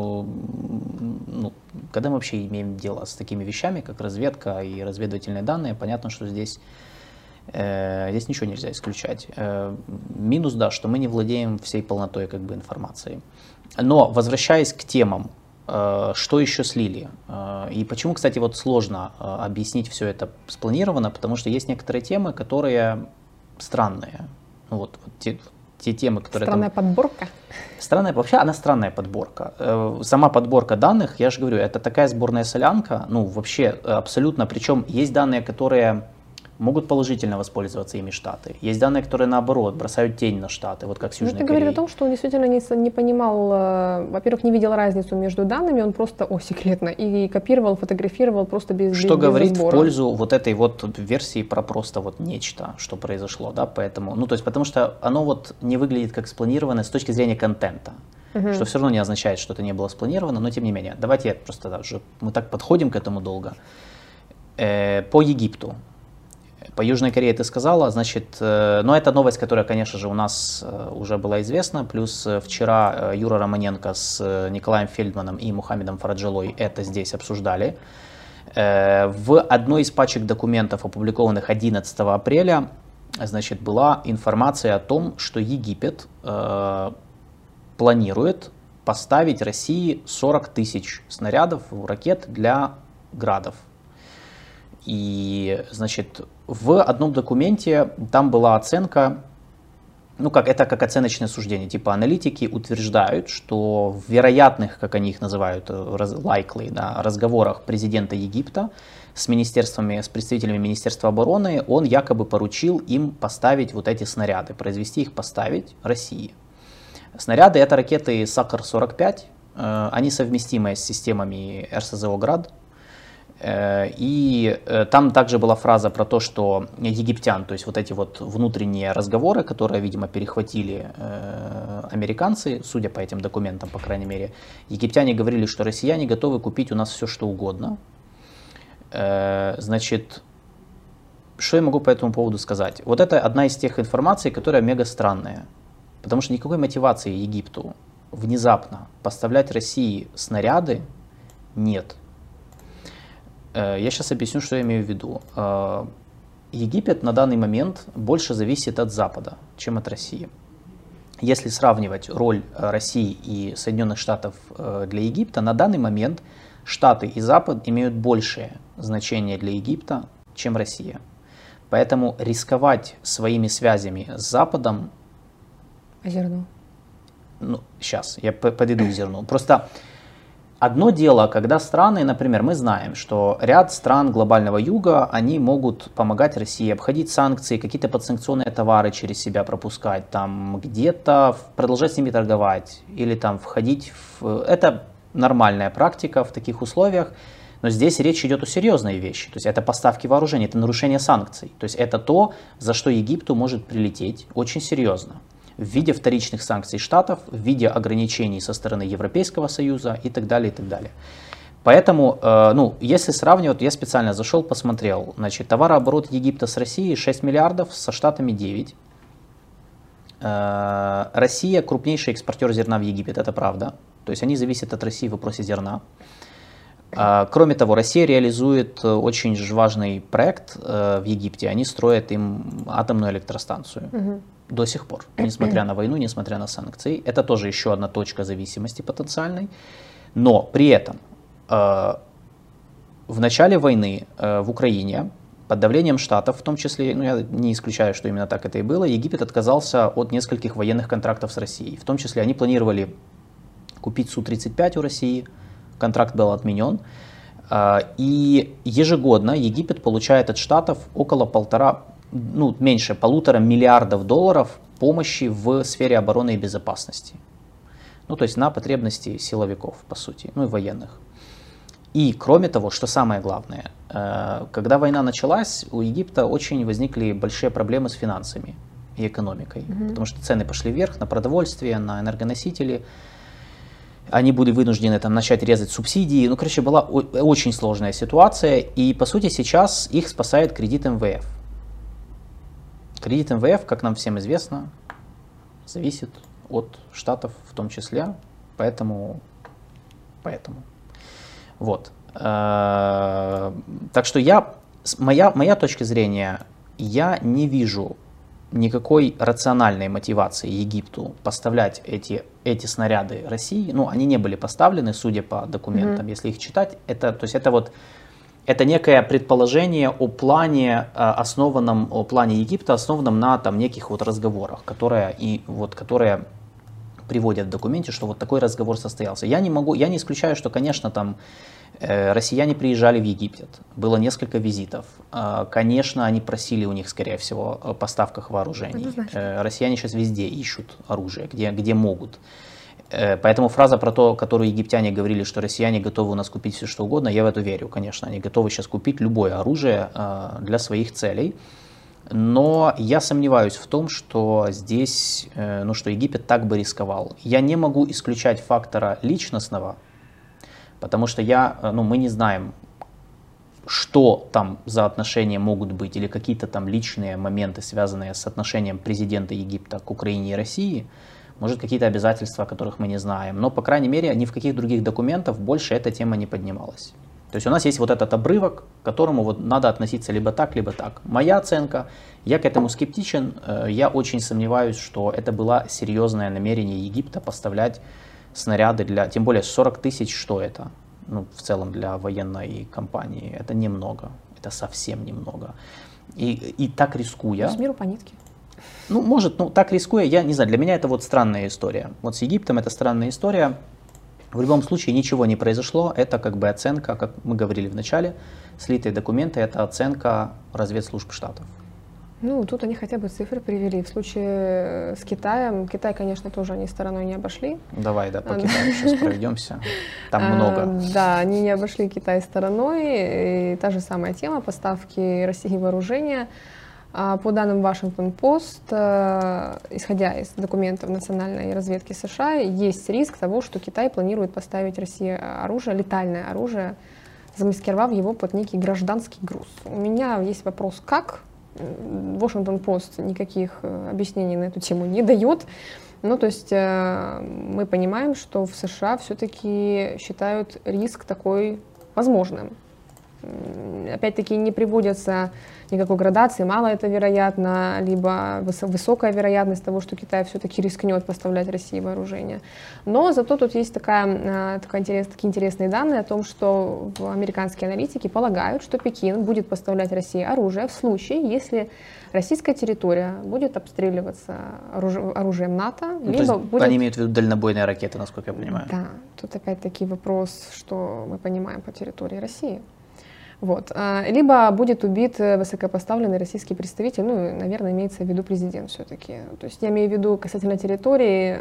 когда мы вообще имеем дело с такими вещами, как разведка и разведывательные данные, понятно, что здесь ничего нельзя исключать. Минус, да, что мы не владеем всей полнотой информации. Но, возвращаясь к темам, что еще слили? И почему, кстати, сложно объяснить все это спланировано, потому что есть некоторые темы, которые странные. Те темы, которые странная подборка? Вообще она странная подборка. Сама подборка данных, я же говорю, это такая сборная солянка, вообще абсолютно. Причем есть данные, которые Могут положительно воспользоваться ими Штаты. Есть данные, которые наоборот бросают тень на Штаты, вот как с Южной Это Кореей. говорит о том, что он действительно не понимал, во-первых, не видел разницу между данными, он просто, секретно, и копировал, фотографировал просто без Что без говорит разбора. в пользу вот этой вот версии про просто вот нечто, что произошло, да, поэтому, ну то есть потому что оно вот не выглядит как спланированное с точки зрения контента. Что все равно не означает, что это не было спланировано, но тем не менее. Давайте я просто даже, мы так подходим к этому долго. По Египту. По Южной Корее ты сказала, значит, но это новость, которая, конечно же, у нас уже была известна, плюс вчера Юра Романенко с Николаем Фельдманом и Мухаммедом Фараджилой это здесь обсуждали. В одной из пачек документов, опубликованных 11 апреля, значит, была информация о том, что Египет планирует поставить России 40 тысяч снарядов, ракет для градов. И, значит, в одном документе там была оценка, ну это как оценочное суждение, типа аналитики утверждают, что в вероятных, как они их называют, likely, да, разговорах президента Египта с представителями Министерства обороны, он якобы поручил им поставить вот эти снаряды, произвести их, поставить России. Снаряды — это ракеты Сакар-45, они совместимы с системами РСЗО «Град». И там также была фраза про то, что египтян, то есть вот эти вот внутренние разговоры, которые, видимо, перехватили американцы, судя по этим документам, по крайней мере, египтяне говорили, что россияне готовы купить у нас все, что угодно. Значит, что я могу по этому поводу сказать? Вот это одна из тех информаций, которая мега странная, потому что никакой мотивации Египту внезапно поставлять России снаряды нет. Я сейчас объясню, что я имею в виду. Египет на данный момент больше зависит от Запада, чем от России. Если сравнивать роль России и Соединенных Штатов для Египта, на данный момент Штаты и Запад имеют большее значение для Египта, чем Россия. Поэтому рисковать своими связями с Западом... А зерно? Ну, сейчас, я подойду к зерну. Просто... Одно дело, когда страны, например, мы знаем, что ряд стран глобального юга, они могут помогать России обходить санкции, какие-то подсанкционные товары через себя пропускать, там где-то продолжать с ними торговать или там входить в... Это нормальная практика в таких условиях, но здесь речь идет о серьезной вещи, то есть это поставки вооружений, это нарушение санкций, то есть это то, за что Египту может прилететь очень серьезно. В виде вторичных санкций Штатов, в виде ограничений со стороны Европейского Союза и так далее, и так далее. Поэтому, если сравнивать, я специально зашел, посмотрел, значит, товарооборот Египта с Россией 6 миллиардов, со Штатами 9. Россия крупнейший экспортер зерна в Египет, это правда. То есть они зависят от России в вопросе зерна. Кроме того, Россия реализует очень важный проект в Египте. Они строят им атомную электростанцию. До сих пор, несмотря на войну, несмотря на санкции. Это тоже еще одна точка зависимости потенциальной. Но при этом в начале войны в Украине под давлением Штатов, в том числе, я не исключаю, что именно так это и было, Египет отказался от нескольких военных контрактов с Россией. В том числе они планировали купить Су-35 у России, контракт был отменен. И ежегодно Египет получает от Штатов около меньше 1,5 миллиарда долларов помощи в сфере обороны и безопасности. То есть на потребности силовиков, по сути, и военных. И кроме того, что самое главное, когда война началась, у Египта очень возникли большие проблемы с финансами и экономикой, потому что цены пошли вверх на продовольствие, на энергоносители. Они были вынуждены начать резать субсидии. Была очень сложная ситуация, и по сути сейчас их спасает кредит МВФ. Кредит МВФ, как нам всем известно, зависит от Штатов в том числе, поэтому. Вот. Так что моя точка зрения, я не вижу никакой рациональной мотивации Египту поставлять эти снаряды России. Они не были поставлены, судя по документам, если их читать. Это некое предположение о плане Египта, основанном на неких разговорах, которые приводят в документе, что вот такой разговор состоялся. Я не исключаю, что, конечно, там россияне приезжали в Египет, было несколько визитов. Конечно, они просили у них, скорее всего, о поставках вооружений. Россияне сейчас везде ищут оружие, где могут. Поэтому фраза про то, которую египтяне говорили, что россияне готовы у нас купить все что угодно, я в это верю, конечно. Они готовы сейчас купить любое оружие для своих целей. Но я сомневаюсь в том, что здесь, что Египет так бы рисковал. Я не могу исключать фактора личностного, потому что мы не знаем, что там за отношения могут быть, или какие-то там личные моменты, связанные с отношением президента Египта к Украине и России, может, какие-то обязательства, о которых мы не знаем. Но, по крайней мере, ни в каких других документах больше эта тема не поднималась. То есть у нас есть вот этот обрывок, к которому вот надо относиться либо так, либо так. Моя оценка, я к этому скептичен, я очень сомневаюсь, что это было серьезное намерение Египта поставлять снаряды тем более 40 тысяч, что это? В целом для военной кампании это немного, это совсем немного. И так рискуя... С миру по нитке. Так рискуя, я не знаю, для меня это вот странная история. Вот с Египтом это странная история. В любом случае ничего не произошло, это как бы оценка, как мы говорили в начале, слитые документы, это оценка разведслужб Штатов. Тут они хотя бы цифры привели. В случае с Китаем, Китай, конечно, тоже они стороной не обошли. Давай, по Китаю сейчас пройдемся, там много. Да, они не обошли Китай стороной, и та же самая тема, поставки России вооружения. По данным Washington Post, исходя из документов национальной разведки США, есть риск того, что Китай планирует поставить России оружие, летальное оружие, замаскировав его под некий гражданский груз. У меня есть вопрос, как? Washington Post никаких объяснений на эту тему не дает. То есть мы понимаем, что в США все-таки считают риск такой возможным. Опять-таки не приводятся никакой градации, мало это вероятно, либо высокая вероятность того, что Китай все-таки рискнет поставлять России вооружение. Но зато тут есть такие интересные данные о том, что американские аналитики полагают, что Пекин будет поставлять России оружие в случае, если российская территория будет обстреливаться оружием НАТО, либо будет... Они имеют в виду дальнобойные ракеты, насколько я понимаю. Да, тут опять-таки вопрос, что мы понимаем по территории России. Либо будет убит высокопоставленный российский представитель, наверное, имеется в виду президент все-таки. То есть я имею в виду касательно территории,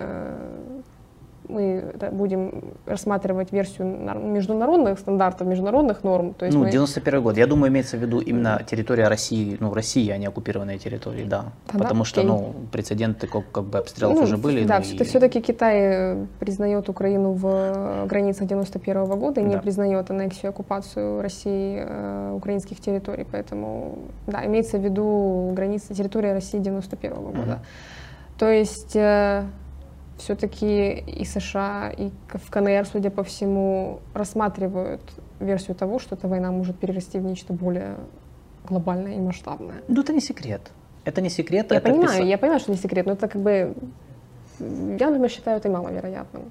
мы будем рассматривать версию международных стандартов, международных норм. То есть 91 год. Я думаю, имеется в виду именно территория России, Россия, а не оккупированные территории, да. Потому что, прецеденты как бы обстрелов уже были. Да, все-таки Китай признает Украину в границах 91 года и не признает аннексию, оккупацию России украинских территорий. Поэтому, да, имеется в виду граница территории России 91 года. То есть... все-таки и США, и в КНР, судя по всему, рассматривают версию того, что эта война может перерасти в нечто более глобальное и масштабное. Это не секрет. Это не секрет. Я понимаю, что не секрет, но это как бы, я, например, считаю это маловероятным.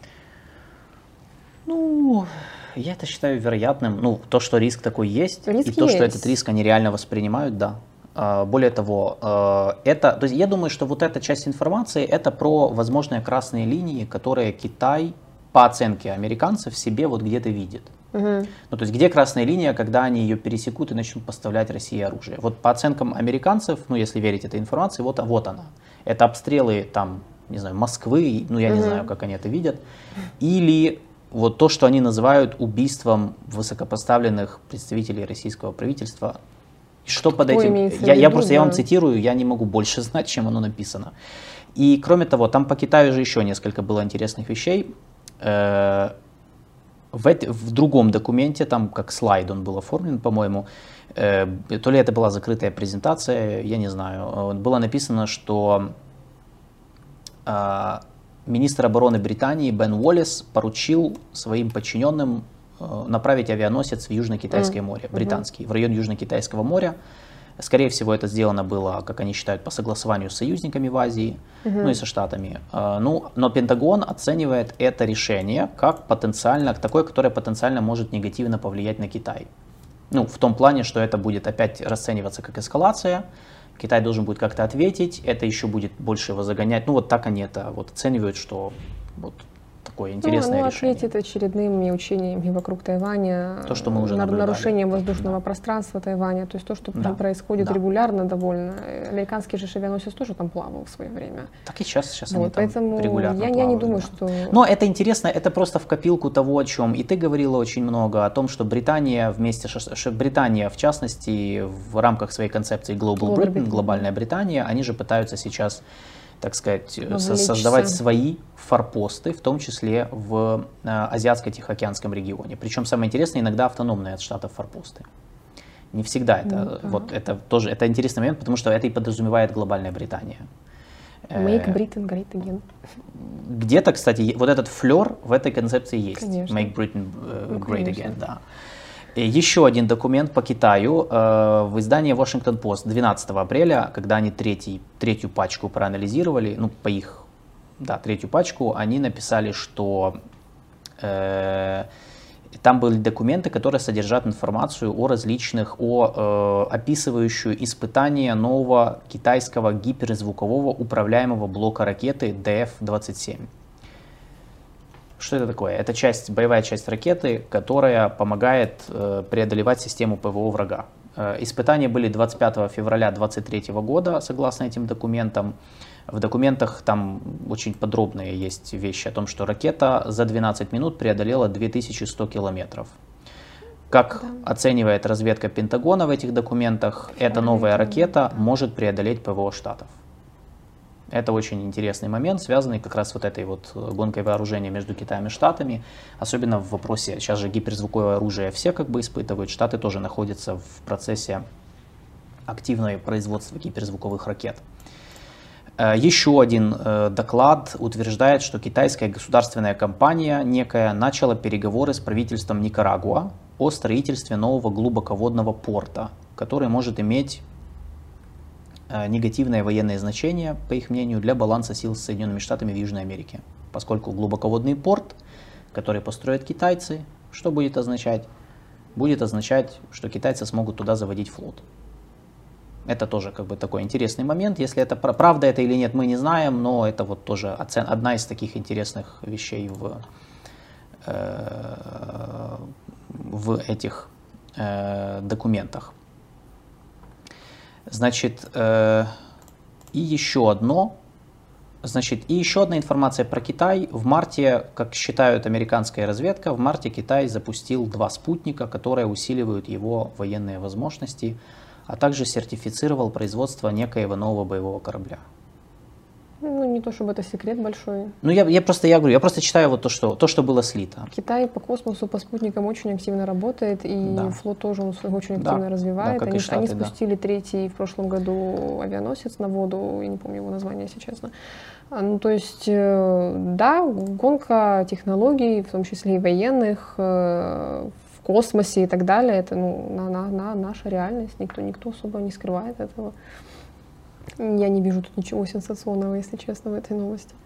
Я это считаю вероятным. То, что риск такой есть, риск и то, что этот риск они реально воспринимают, да. Более того, то есть я думаю, что вот эта часть информации это про возможные красные линии, которые Китай, по оценке американцев, себе вот где-то видит. То есть где красная линия, когда они ее пересекут и начнут поставлять России оружие. Вот по оценкам американцев, если верить этой информации, вот она. Это обстрелы там, не знаю, Москвы, я не знаю, как они это видят, или вот то, что они называют убийством высокопоставленных представителей российского правительства. Что под этим? Я вам цитирую, я не могу больше знать, чем оно написано. И кроме того, там по Китаю же еще несколько было интересных вещей. В другом документе, там как слайд он был оформлен, по-моему, то ли это была закрытая презентация, я не знаю, было написано, что министр обороны Британии Бен Уоллес поручил своим подчиненным направить авианосец в Южно-Китайское море, британский, в район Южно-Китайского моря. Скорее всего, это сделано было, как они считают, по согласованию с союзниками в Азии, и со Штатами. Но Пентагон оценивает это решение как такое, которое потенциально может негативно повлиять на Китай. В том плане, что это будет опять расцениваться как эскалация, Китай должен будет как-то ответить, это еще будет больше его загонять. Ну вот так они это вот оценивают, что вот такое интересное решение. Ответит очередными учениями вокруг Тайваня, То, что мы уже наблюдали. Нарушением воздушного пространства Тайваня, то есть то, что происходит регулярно довольно. Американский же авианосец тоже там плавал в свое время. Так и сейчас вот, они там поэтому регулярно я плавают, не думаю, что... Но это интересно, это просто в копилку того, о чем и ты говорила очень много, о том, что Британия Британия, в частности, в рамках своей концепции Global Britain, глобальная Британия, они же пытаются сейчас, так сказать, создавать свои форпосты, в том числе в Азиатско-Тихоокеанском регионе. Причем самое интересное, иногда автономные от штатов форпосты. Не всегда это, вот это тоже, это интересный момент, потому что это и подразумевает глобальная Британия. Make Britain great again. Где-то, кстати, вот этот флер в этой концепции есть. Конечно. Make Britain great again, да. Еще один документ по Китаю в издании Washington Post 12 апреля, когда они третью пачку проанализировали, ну, по их, да, третью пачку, они написали, что там были документы, которые содержат информацию о различных, описывающую испытания нового китайского гиперзвукового управляемого блока ракеты DF-27. Что это такое? Это боевая часть ракеты, которая помогает преодолевать систему ПВО врага. Испытания были 25 февраля 2023 года, согласно этим документам. В документах там очень подробные есть вещи о том, что ракета за 12 минут преодолела 2100 километров. Как оценивает разведка Пентагона в этих документах, эта новая ракета может преодолеть ПВО Штатов. Это очень интересный момент, связанный как раз с вот этой вот гонкой вооружения между Китаем и Штатами. Особенно в вопросе, сейчас же гиперзвуковое оружие все как бы испытывают, Штаты тоже находятся в процессе активного производства гиперзвуковых ракет. Еще один доклад утверждает, что китайская государственная компания некая начала переговоры с правительством Никарагуа о строительстве нового глубоководного порта, который может иметь негативное военное значение, по их мнению, для баланса сил с Соединенными Штатами в Южной Америке. Поскольку глубоководный порт, который построят китайцы, что будет означать? Будет означать, что китайцы смогут туда заводить флот. Это тоже как бы такой интересный момент. Если это правда это или нет, мы не знаем, но это вот тоже одна из таких интересных вещей в этих документах. Значит, и еще одна информация про Китай. В марте, как считают американская разведка, в марте Китай запустил 2 спутника, которые усиливают его военные возможности, а также сертифицировал производство некоего нового боевого корабля. Ну, не то чтобы это секрет большой. Ну, я просто читаю вот то, что было слито. Китай по космосу, по спутникам очень активно работает, и флот тоже он очень активно развивает. Да, они спустили 3-й в прошлом году авианосец на воду, я не помню его название, если честно. Ну, то есть, да, гонка технологий, в том числе и военных, в космосе и так далее, это наша реальность, никто особо не скрывает этого. Я не вижу тут ничего сенсационного, если честно, в этой новости.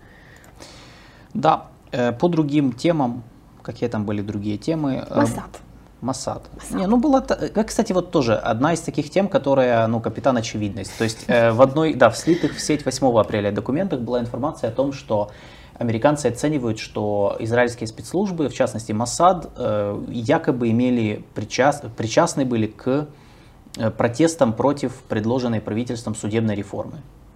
Да, по другим темам, какие там были другие темы? Моссад. Не, ну было, кстати, вот тоже одна из таких тем, которая, капитан очевидность. То есть в слитых в сеть 8 апреля документах была информация о том, что американцы оценивают, что израильские спецслужбы, в частности Моссад, якобы причастны были к протестам против предложенной правительством судебной реформы.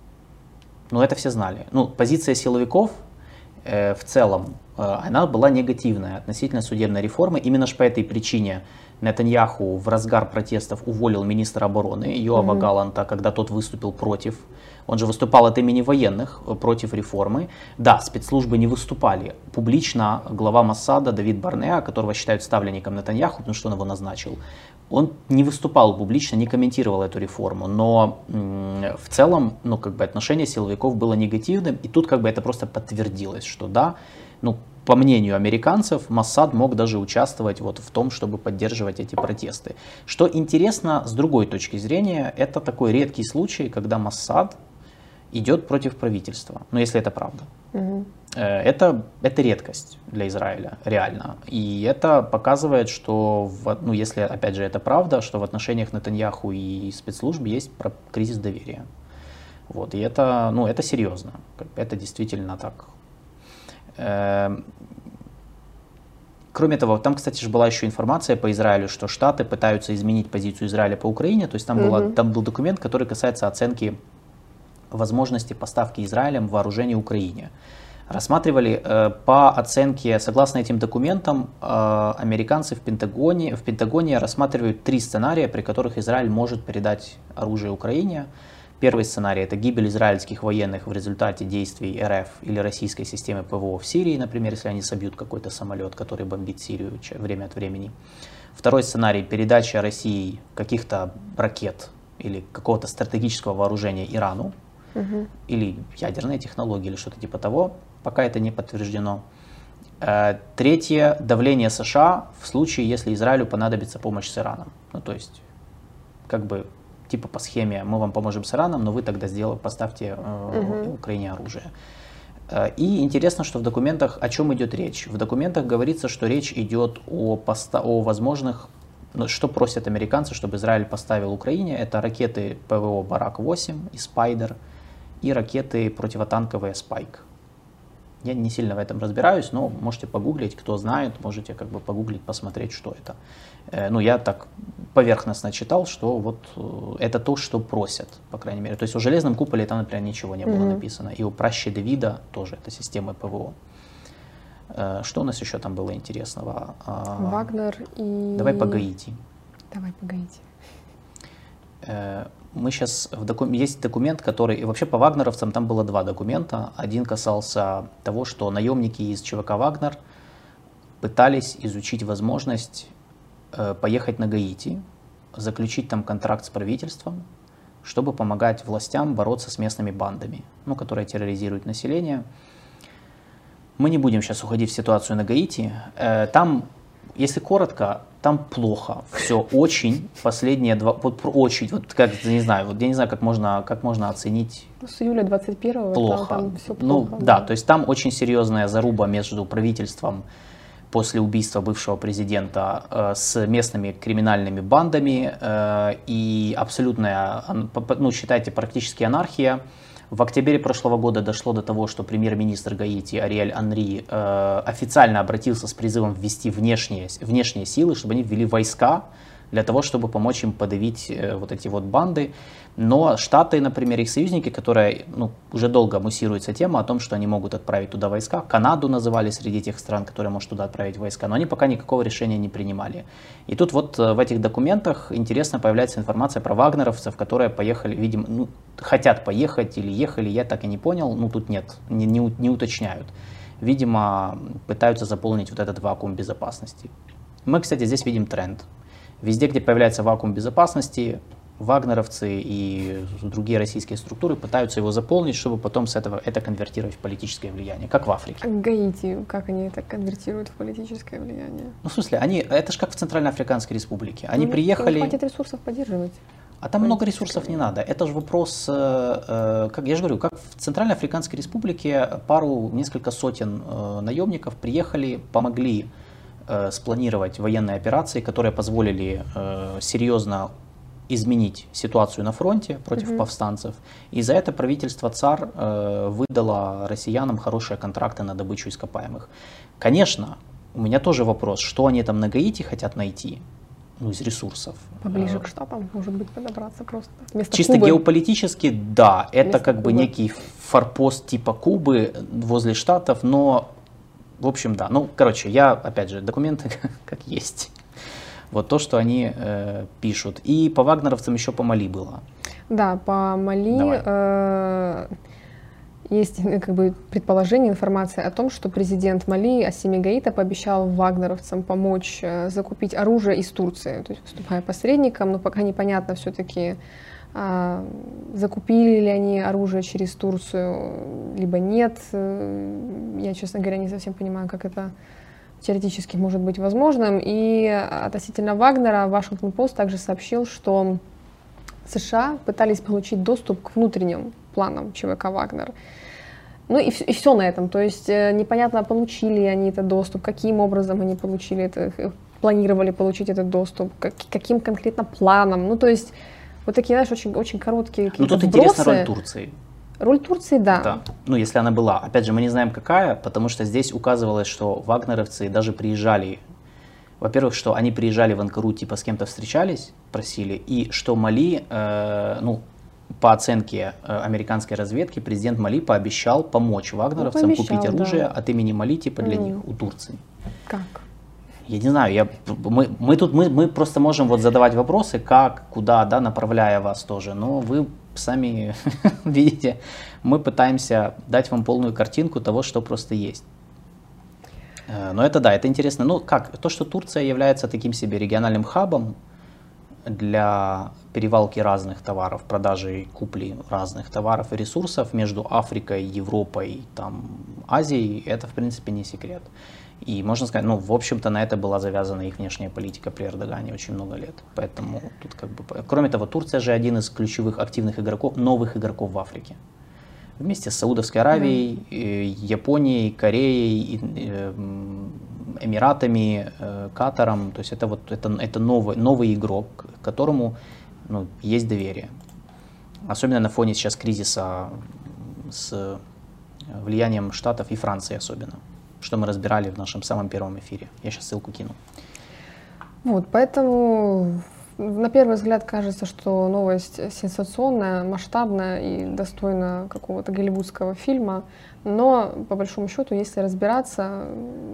Но это все знали. Позиция силовиков в целом, она была негативная относительно судебной реформы. Именно по этой причине Нетаньяху в разгар протестов уволил министра обороны Йоава Галланта, когда тот выступил против. Он же выступал от имени военных против реформы. Да, спецслужбы не выступали. Публично глава Моссада Давид Барнеа, которого считают ставленником Нетаньяху, потому что он его назначил, он не выступал публично, не комментировал эту реформу. Но в целом отношение силовиков было негативным. И тут это просто подтвердилось, что да, по мнению американцев, Моссад мог даже участвовать в том, чтобы поддерживать эти протесты. Что интересно, с другой точки зрения, это такой редкий случай, когда Моссад идет против правительства, ну если это правда. Мгм. Это редкость для Израиля, реально. И это показывает, что, ну, если, опять же, это правда, что в отношениях Нетаньяху и спецслужб есть кризис доверия. Вот. И это, ну, это серьезно. Это действительно так. Кроме того, там, кстати, же была еще информация по Израилю, что Штаты пытаются изменить позицию Израиля по Украине. То есть там был документ, который касается оценки возможности поставки Израилем вооружений Украине. Рассматривали по оценке, согласно этим документам, американцы в Пентагоне рассматривают 3 сценария, при которых Израиль может передать оружие Украине. Первый сценарий – это гибель израильских военных в результате действий РФ или российской системы ПВО в Сирии, например, если они собьют какой-то самолет, который бомбит Сирию время от времени. Второй сценарий – передача России каких-то ракет или какого-то стратегического вооружения Ирану, или ядерные технологии, или что-то типа того. Пока это не подтверждено. Третье – давление США в случае, если Израилю понадобится помощь с Ираном. Ну, то есть, как бы, типа по схеме, мы вам поможем с Ираном, но вы тогда поставьте Украине оружие. И интересно, что в документах, о чем идет речь. В документах говорится, что речь идет о возможных, что просят американцы, чтобы Израиль поставил Украине. Это ракеты ПВО Барак-8 и Спайдер, и ракеты противотанковые Спайк. Я не сильно в этом разбираюсь, но можете погуглить, кто знает, можете как бы погуглить, посмотреть, что это. Ну, я так поверхностно читал, что вот это то, что просят, по крайней мере. То есть о железном куполе там, например, ничего не было написано. И о праще Давида тоже, это система ПВО. Что у нас еще там было интересного? Вагнер и... Давай по Гаити. Давай по Гаити. Мы сейчас, есть документ, который, и вообще по вагнеровцам там было 2 документа. Один касался того, что наемники из ЧВК «Вагнер» пытались изучить возможность поехать на Гаити, заключить там контракт с правительством, чтобы помогать властям бороться с местными бандами, ну, которые терроризируют население. Мы не будем сейчас уходить в ситуацию на Гаити. Там, если коротко, там плохо. Все очень. Последние 2, очень, вот как, не знаю, вот я не знаю, как можно оценить. С июля 21-го плохо. Там все плохо. Ну да, то есть там очень серьезная заруба между правительством после убийства бывшего президента с местными криминальными бандами и абсолютная, ну считайте, практически анархия. В октябре прошлого года дошло до того, что премьер-министр Гаити Ариэль Анри официально обратился с призывом ввести внешние силы, чтобы они ввели войска для того, чтобы помочь им подавить вот эти вот банды. Но Штаты, например, их союзники, которые уже долго муссируется тема о том, что они могут отправить туда войска, Канаду называли среди тех стран, которые могут туда отправить войска, но они пока никакого решения не принимали. И тут вот в этих документах интересно появляется информация про вагнеровцев, которые поехали, видимо, хотят поехать или ехали, я так и не понял, тут нет, не уточняют. Видимо, пытаются заполнить вот этот вакуум безопасности. Мы, кстати, здесь видим тренд. Везде, где появляется вакуум безопасности, вагнеровцы и другие российские структуры пытаются его заполнить, чтобы потом с этого это конвертировать в политическое влияние, как в Африке. А Гаити, как они это конвертируют в политическое влияние? Ну, в смысле, это же как в Центральноафриканской Республике. Они приехали... Не хватит ресурсов поддерживать. А там много ресурсов не надо. Это же вопрос, как я же говорю, как в Центральноафриканской Республике несколько сотен наемников приехали, помогли спланировать военные операции, которые позволили серьезно изменить ситуацию на фронте против повстанцев. И за это правительство ЦАР выдало россиянам хорошие контракты на добычу ископаемых. Конечно, у меня тоже вопрос, что они там на Гаити хотят найти, из ресурсов. Поближе к штатам, может быть, подобраться просто. Чисто Кубы. Геополитически, да, это Вместо как бы Кубы. некий форпост типа Кубы возле штатов, но, в общем, да. Я, опять же, документы как есть. Вот то, что они пишут. И по вагнеровцам еще по Мали было. Да, по Мали есть предположение, информация о том, что президент Мали Ассими Гаита пообещал вагнеровцам помочь закупить оружие из Турции, то есть выступая посредником, но пока непонятно все-таки, закупили ли они оружие через Турцию, либо нет. Я, честно говоря, не совсем понимаю, как это теоретически может быть возможным. И относительно Вагнера Вашингтон-Пост также сообщил, что США пытались получить доступ к внутренним планам ЧВК «Вагнер». Ну и все на этом, то есть непонятно, получили они этот доступ, каким образом они получили это, планировали получить этот доступ, каким конкретно планом, ну то есть вот такие, знаешь, очень, очень короткие какие-то тут вбросы. интересна роль Турции. Роль Турции, да. Да. Ну, если она была. Опять же, мы не знаем, какая, потому что здесь указывалось, что вагнеровцы даже приезжали. Во-первых, что они приезжали в Анкару, типа с кем-то встречались, просили, и что Мали, по оценке американской разведки, президент Мали пообещал помочь вагнеровцам купить оружие от имени Мали, типа для них, у Турции. Как? Я не знаю, мы просто можем вот задавать вопросы, как, куда, да, направляя вас тоже, но вы сами видите, мы пытаемся дать вам полную картинку того, что просто есть. Но это да, это интересно. Ну как, то, что Турция является таким себе региональным хабом для перевалки разных товаров, продажи и купли разных товаров и ресурсов между Африкой, Европой, там, Азией, это в принципе не секрет. И можно сказать, ну, в общем-то, на это была завязана их внешняя политика при Эрдогане очень много лет. Поэтому тут как бы... Кроме того, Турция же один из ключевых активных игроков, новых игроков в Африке. Вместе с Саудовской Аравией, Японией, Кореей, Эмиратами, Катаром. То есть это, вот, это новый игрок, к которому есть доверие. Особенно на фоне сейчас кризиса с влиянием Штатов и Франции особенно, что мы разбирали в нашем самом первом эфире. Я сейчас ссылку кину. Вот, поэтому на первый взгляд кажется, что новость сенсационная, масштабная и достойна какого-то голливудского фильма, но по большому счету, если разбираться,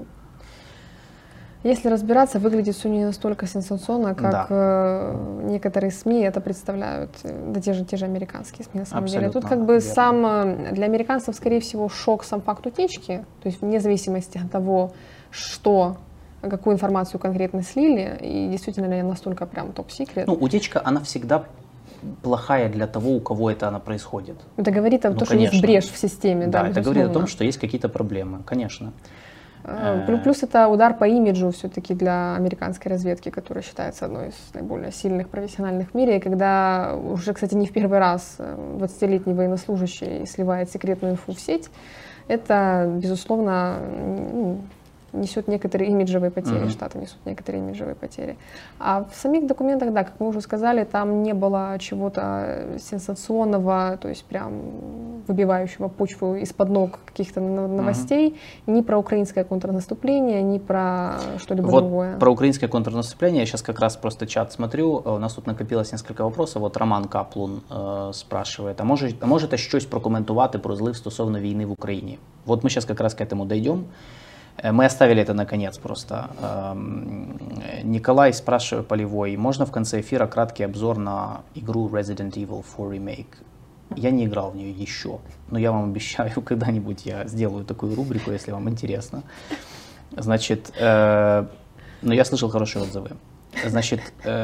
выглядит все не настолько сенсационно, как некоторые СМИ это представляют, да те же американские СМИ на самом деле. Тут как бы для американцев, скорее всего, шок сам факт утечки, то есть вне зависимости от того, какую информацию конкретно слили, и действительно ли она настолько прям топ-секрет. Ну, утечка, она всегда плохая для того, у кого это происходит. Это говорит о том, что есть брешь в системе. Да, это говорит о том, что есть какие-то проблемы, конечно. Плюс это удар по имиджу все-таки для американской разведки, которая считается одной из наиболее сильных профессиональных в мире. И когда уже, кстати, не в первый раз 20-летний военнослужащий сливает секретную инфу в сеть, это, безусловно, несет некоторые имиджевые потери, Штаты несут некоторые имиджевые потери. А в самих документах, да, как мы уже сказали, там не было чего-то сенсационного, то есть прям выбивающего почву из-под ног каких-то новостей, ни про украинское контрнаступление, ни про что-либо другое. Про украинское контрнаступление я сейчас как раз просто чат смотрю, у нас тут накопилось несколько вопросов. Вот Роман Каплун спрашивает, а можете щось прокоментувати про злив стосовно війни в Україні? Вот мы сейчас как раз к этому дойдем. Мы оставили это наконец просто. Николай спрашивает, Полевой, можно в конце эфира краткий обзор на игру Resident Evil 4 Remake? Я не играл в нее еще, но я вам обещаю, когда-нибудь я сделаю такую рубрику, если вам интересно. Значит, но я слышал хорошие отзывы. Значит,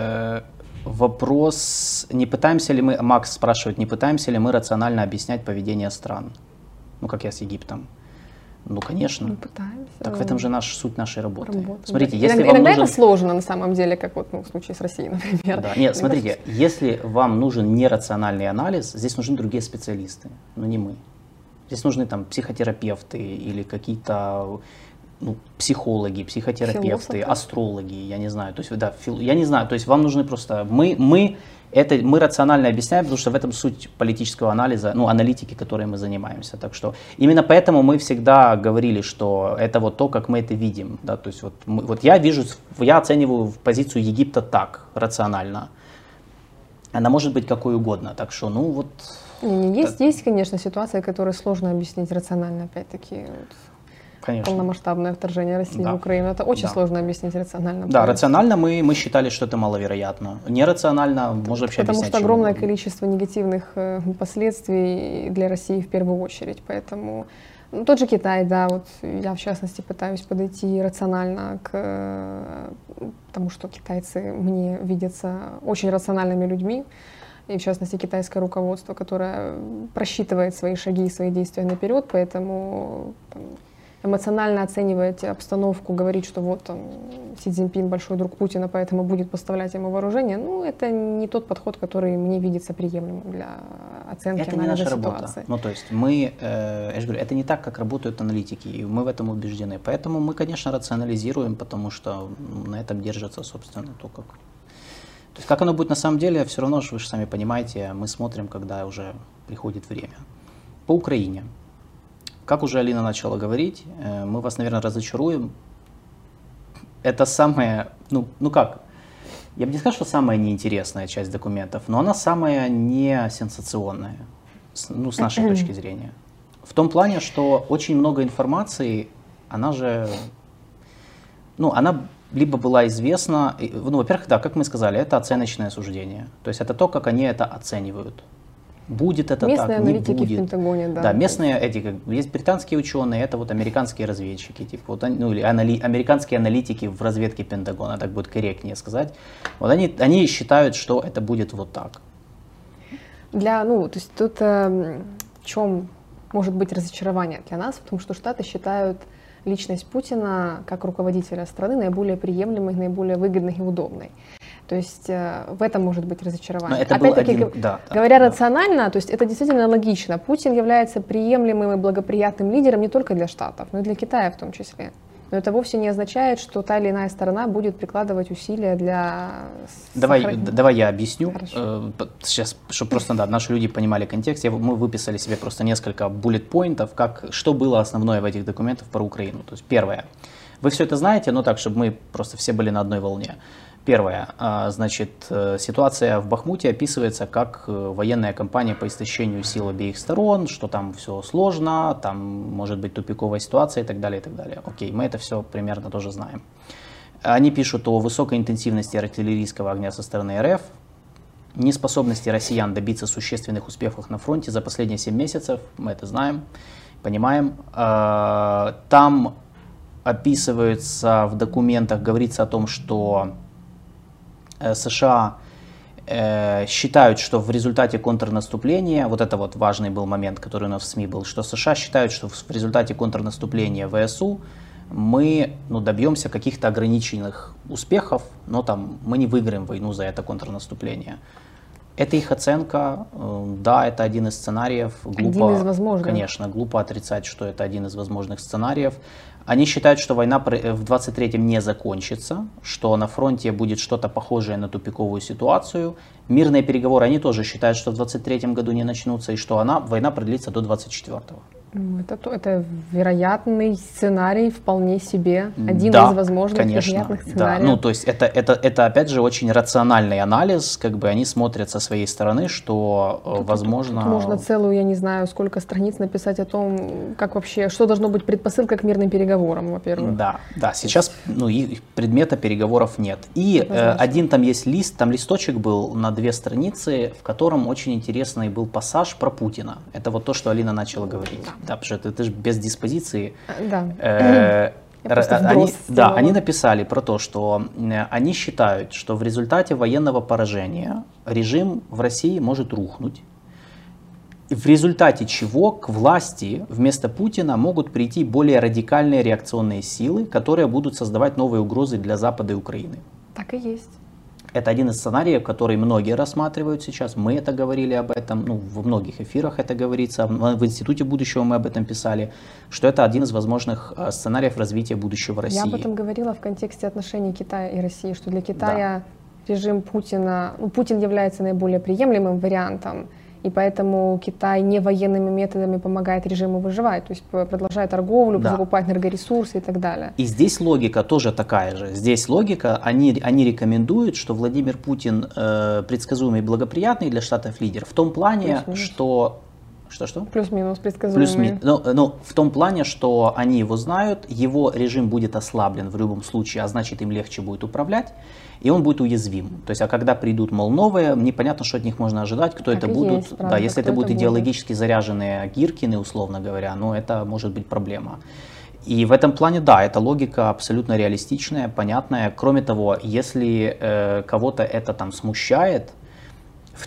вопрос, Макс спрашивает, не пытаемся ли мы рационально объяснять поведение стран? Ну, как я с Египтом. Ну, конечно. Мы пытаемся. Так в этом же суть нашей работы. Смотрите, если иногда вам нужен... это сложно на самом деле, как вот в случае с Россией, например. Да. Нет, смотрите, если вам нужен нерациональный анализ, здесь нужны другие специалисты, но не мы. Здесь нужны там психотерапевты или какие-то психологи, психотерапевты, астрологи, я не знаю. То есть, да, я не знаю, то есть вам нужны просто... Мы рационально объясняем, потому что в этом суть политического анализа, аналитики, которой мы занимаемся. Так что именно поэтому мы всегда говорили, что это вот то, как мы это видим. Да? То есть я оцениваю позицию Египта так, рационально. Она может быть какой угодно. Так что, Есть, конечно, ситуации, которые сложно объяснить рационально, опять-таки. Конечно. Полномасштабное вторжение России в Украину. Это очень сложно объяснить рационально. Да, рационально мы считали, что это маловероятно. Нерационально можно вообще объяснять. Потому что огромное количество негативных последствий для России в первую очередь. Поэтому тот же Китай, да, вот я в частности пытаюсь подойти рационально к тому, что китайцы мне видятся очень рациональными людьми. И в частности китайское руководство, которое просчитывает свои шаги и свои действия наперед, поэтому эмоционально оценивать обстановку, говорить, что вот там Си Цзиньпин большой друг Путина, поэтому будет поставлять ему вооружение, ну, это не тот подход, который мне видится приемлемым для оценки, это не наша ситуации. Работа. Ну, то есть мы, я же говорю, это не так, как работают аналитики, и мы в этом убеждены. Поэтому мы, конечно, рационализируем, потому что на этом держится, собственно, то, как... То есть как оно будет на самом деле, все равно, вы же сами понимаете, мы смотрим, когда уже приходит время. По Украине. Как уже Алина начала говорить, мы вас, наверное, разочаруем. Это самая, ну как, я бы не сказал, что самая неинтересная часть документов, но она самая не сенсационная, ну, с нашей точки зрения. В том плане, что очень много информации, она же, ну, она либо была известна, ну, во-первых, да, как мы сказали, это оценочное суждение. То есть это то, как они это оценивают. Будет это местные так, не аналитики будет. в Пентагоне, да. Да, местные эти, как, есть британские ученые, это вот американские разведчики, типа, вот, ну, или американские аналитики в разведке Пентагона, так будет корректнее сказать. Вот они считают, что это будет вот так. Ну, то есть тут в чем может быть разочарование для нас, потому что Штаты считают личность Путина как руководителя страны наиболее приемлемой, наиболее выгодной и удобной. То есть в этом может быть разочарование. Опять-таки, говоря рационально, то есть это действительно логично. Путин является приемлемым и благоприятным лидером не только для Штатов, но и для Китая в том числе. Но это вовсе не означает, что та или иная сторона будет прикладывать усилия для... Давай я объясню, сейчас, чтобы просто наши люди понимали контекст. Мы выписали себе просто несколько буллет-поинтов, что было основное в этих документах про Украину. То есть первое, вы все это знаете, но так, чтобы мы просто все были на одной волне. Первое, значит, ситуация в Бахмуте описывается как военная кампания по истощению сил обеих сторон, что там все сложно, там может быть тупиковая ситуация и так далее, и так далее. Окей, мы это все примерно тоже знаем. Они пишут о высокой интенсивности артиллерийского огня со стороны РФ, неспособности россиян добиться существенных успехов на фронте за последние 7 месяцев, мы это знаем, понимаем. Там описывается в документах, говорится о том, что США считают, что в результате контрнаступления, вот это вот важный был момент, который у нас в СМИ был, что США считают, что в результате контрнаступления ВСУ мы добьемся каких-то ограниченных успехов, но там мы не выиграем войну за это контрнаступление. Это их оценка, да, это один из сценариев. Глупо, один из возможных. Конечно, глупо отрицать, что это один из возможных сценариев. Они считают, что война в 23-м не закончится, что на фронте будет что-то похожее на тупиковую ситуацию. Мирные переговоры они тоже считают, что в 23-м году не начнутся, и что война продлится до 24-го. Это вероятный сценарий, вполне себе один из возможных вероятных сценариев. Да, ну то есть это опять же очень рациональный анализ, как бы они смотрят со своей стороны, что возможно... Тут можно целую, я не знаю, сколько страниц написать о том, как вообще, что должно быть предпосылкой к мирным переговорам, во-первых. Да, сейчас предмета переговоров нет. И один там есть лист, там листочек был на 2 страницы, в котором очень интересный был пассаж про Путина. Это вот то, что Алина начала говорить. Да, потому что это же без диспозиции. Да. Они написали про то, что они считают, что в результате военного поражения режим в России может рухнуть, в результате чего к власти вместо Путина могут прийти более радикальные реакционные силы, которые будут создавать новые угрозы для Запада и Украины. Так и есть. Это один из сценариев, который многие рассматривают сейчас. Мы это говорили об этом, во многих эфирах это говорится. В Институте будущего мы об этом писали, что это один из возможных сценариев развития будущего России. Я об этом говорила в контексте отношений Китая и России, что для Китая режим Путина, Путин является наиболее приемлемым вариантом, и поэтому Китай не военными методами помогает режиму выживать, то есть продолжает торговлю, закупать энергоресурсы и так далее. И здесь логика тоже такая же. Здесь логика, они рекомендуют, что Владимир Путин предсказуемый и благоприятный для Штатов лидер в том плане, что... Что? Плюс-минус предсказуемый. Но в том плане, что они его знают, его режим будет ослаблен в любом случае, а значит им легче будет управлять, и он будет уязвим. То есть, а когда придут, новые, непонятно, что от них можно ожидать, кто это будут. Есть, правда, если это будут идеологически заряженные Гиркины, условно говоря, это может быть проблема. И в этом плане, эта логика абсолютно реалистичная, понятная. Кроме того, если кого-то это там смущает,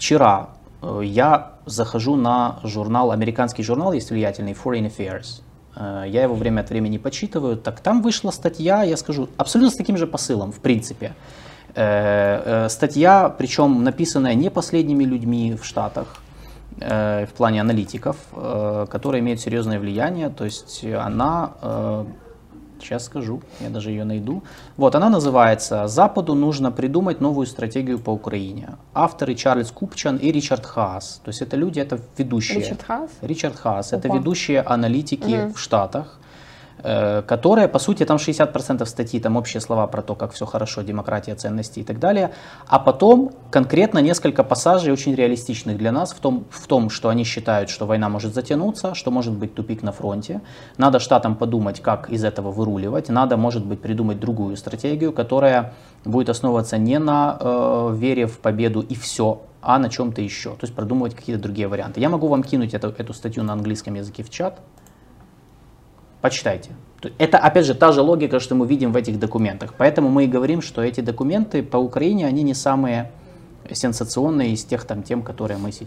вчера я захожу на журнал, американский журнал есть влиятельный, Foreign Affairs. я его время от времени почитываю. Так там вышла статья, я скажу, абсолютно с таким же посылом, в принципе. Статья, причем написанная не последними людьми в Штатах, в плане аналитиков, которые имеют серьезное влияние. То есть она, сейчас скажу, я даже ее найду. Вот, она называется «Западу нужно придумать новую стратегию по Украине». Авторы Чарльз Купчан и Ричард Хаас. То есть это люди, это ведущие. Ричард Хаас? Ричард Хаас. Опа. Это ведущие аналитики в Штатах, которые, по сути, там 60% статьи, там общие слова про то, как все хорошо, демократия, ценности и так далее, а потом конкретно несколько пассажей очень реалистичных для нас в том, что они считают, что война может затянуться, что может быть тупик на фронте, надо штатам подумать, как из этого выруливать, надо, может быть, придумать другую стратегию, которая будет основываться не на вере в победу и все, а на чем-то еще, то есть продумывать какие-то другие варианты. Я могу вам кинуть эту статью на английском языке в чат. Почитайте. Это, опять же, та же логика, что мы видим в этих документах. Поэтому мы и говорим, что эти документы по Украине, они не самые сенсационные из тех тем, которые мы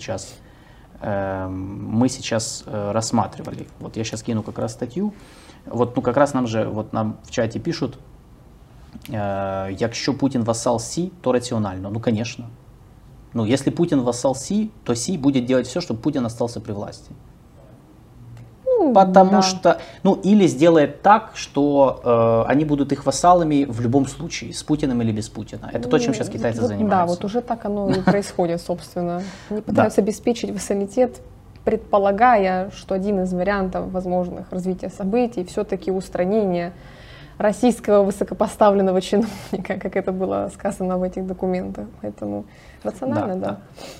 сейчас рассматривали. Вот я сейчас кину как раз статью. Вот, ну, как раз нам в чате пишут, якщо Путін вассал Сі, то раціонально. Ну, конечно. Ну, если Путин вассал Сі, то Сі будет делать все, чтобы Путин остался при власти. Потому что, или сделает так, что они будут их вассалами в любом случае, с Путиным или без Путина. Это то, чем сейчас китайцы занимаются. Да, вот уже так оно и происходит, собственно. Они пытаются обеспечить вассалитет, предполагая, что один из вариантов возможных развития событий все-таки устранение российского высокопоставленного чиновника, как это было сказано в этих документах. Поэтому рационально, да.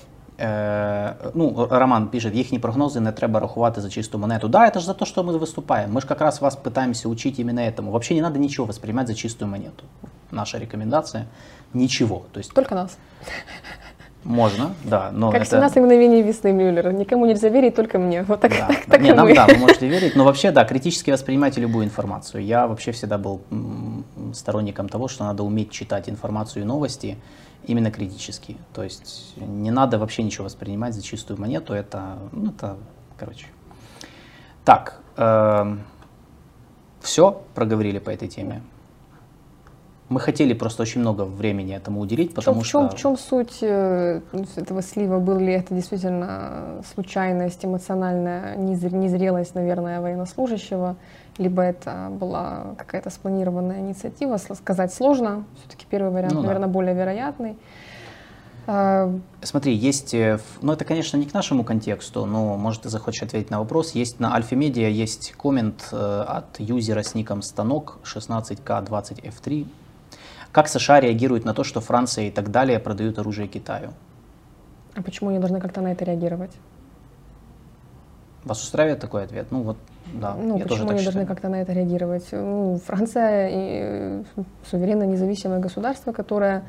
Роман пишет, їхні прогнози не треба рахувати за чисту монету. Да, это же за то, что мы выступаем. Мы же как раз вас пытаемся учить именно этому. Вообще не надо ничего воспринимать за чистую монету. Наша рекомендация – ничего. То есть, только нас. Можно, да. Но как 17 мгновений весны Мюллера. Никому нельзя верить, только мне. Вот так, да. так Нет, нам, да, вы можете верить. Но вообще, да, критически воспринимайте любую информацию. Я вообще всегда был сторонником того, что надо уметь читать информацию и новости именно критически. То есть не надо вообще ничего воспринимать за чистую монету. Это короче. Так, все проговорили по этой теме. Мы хотели просто очень много времени этому уделить, потому что... В чем суть этого слива? Был ли это действительно случайность, эмоциональная незрелость, наверное, военнослужащего, либо это была какая-то спланированная инициатива? Сказать сложно. Все-таки первый вариант, наверное, более вероятный. Смотри, есть, это, конечно, не к нашему контексту, но, может, ты захочешь ответить на вопрос. Есть на Альфа-Медиа есть коммент от юзера с ником станок 16К20F3. Как США реагирует на то, что Франция и так далее продают оружие Китаю? А почему они должны как-то на это реагировать? Вас устраивает такой ответ? Да, я тоже почему так они считаю. должны как-то на это реагировать? Франция суверенное независимое государство, которое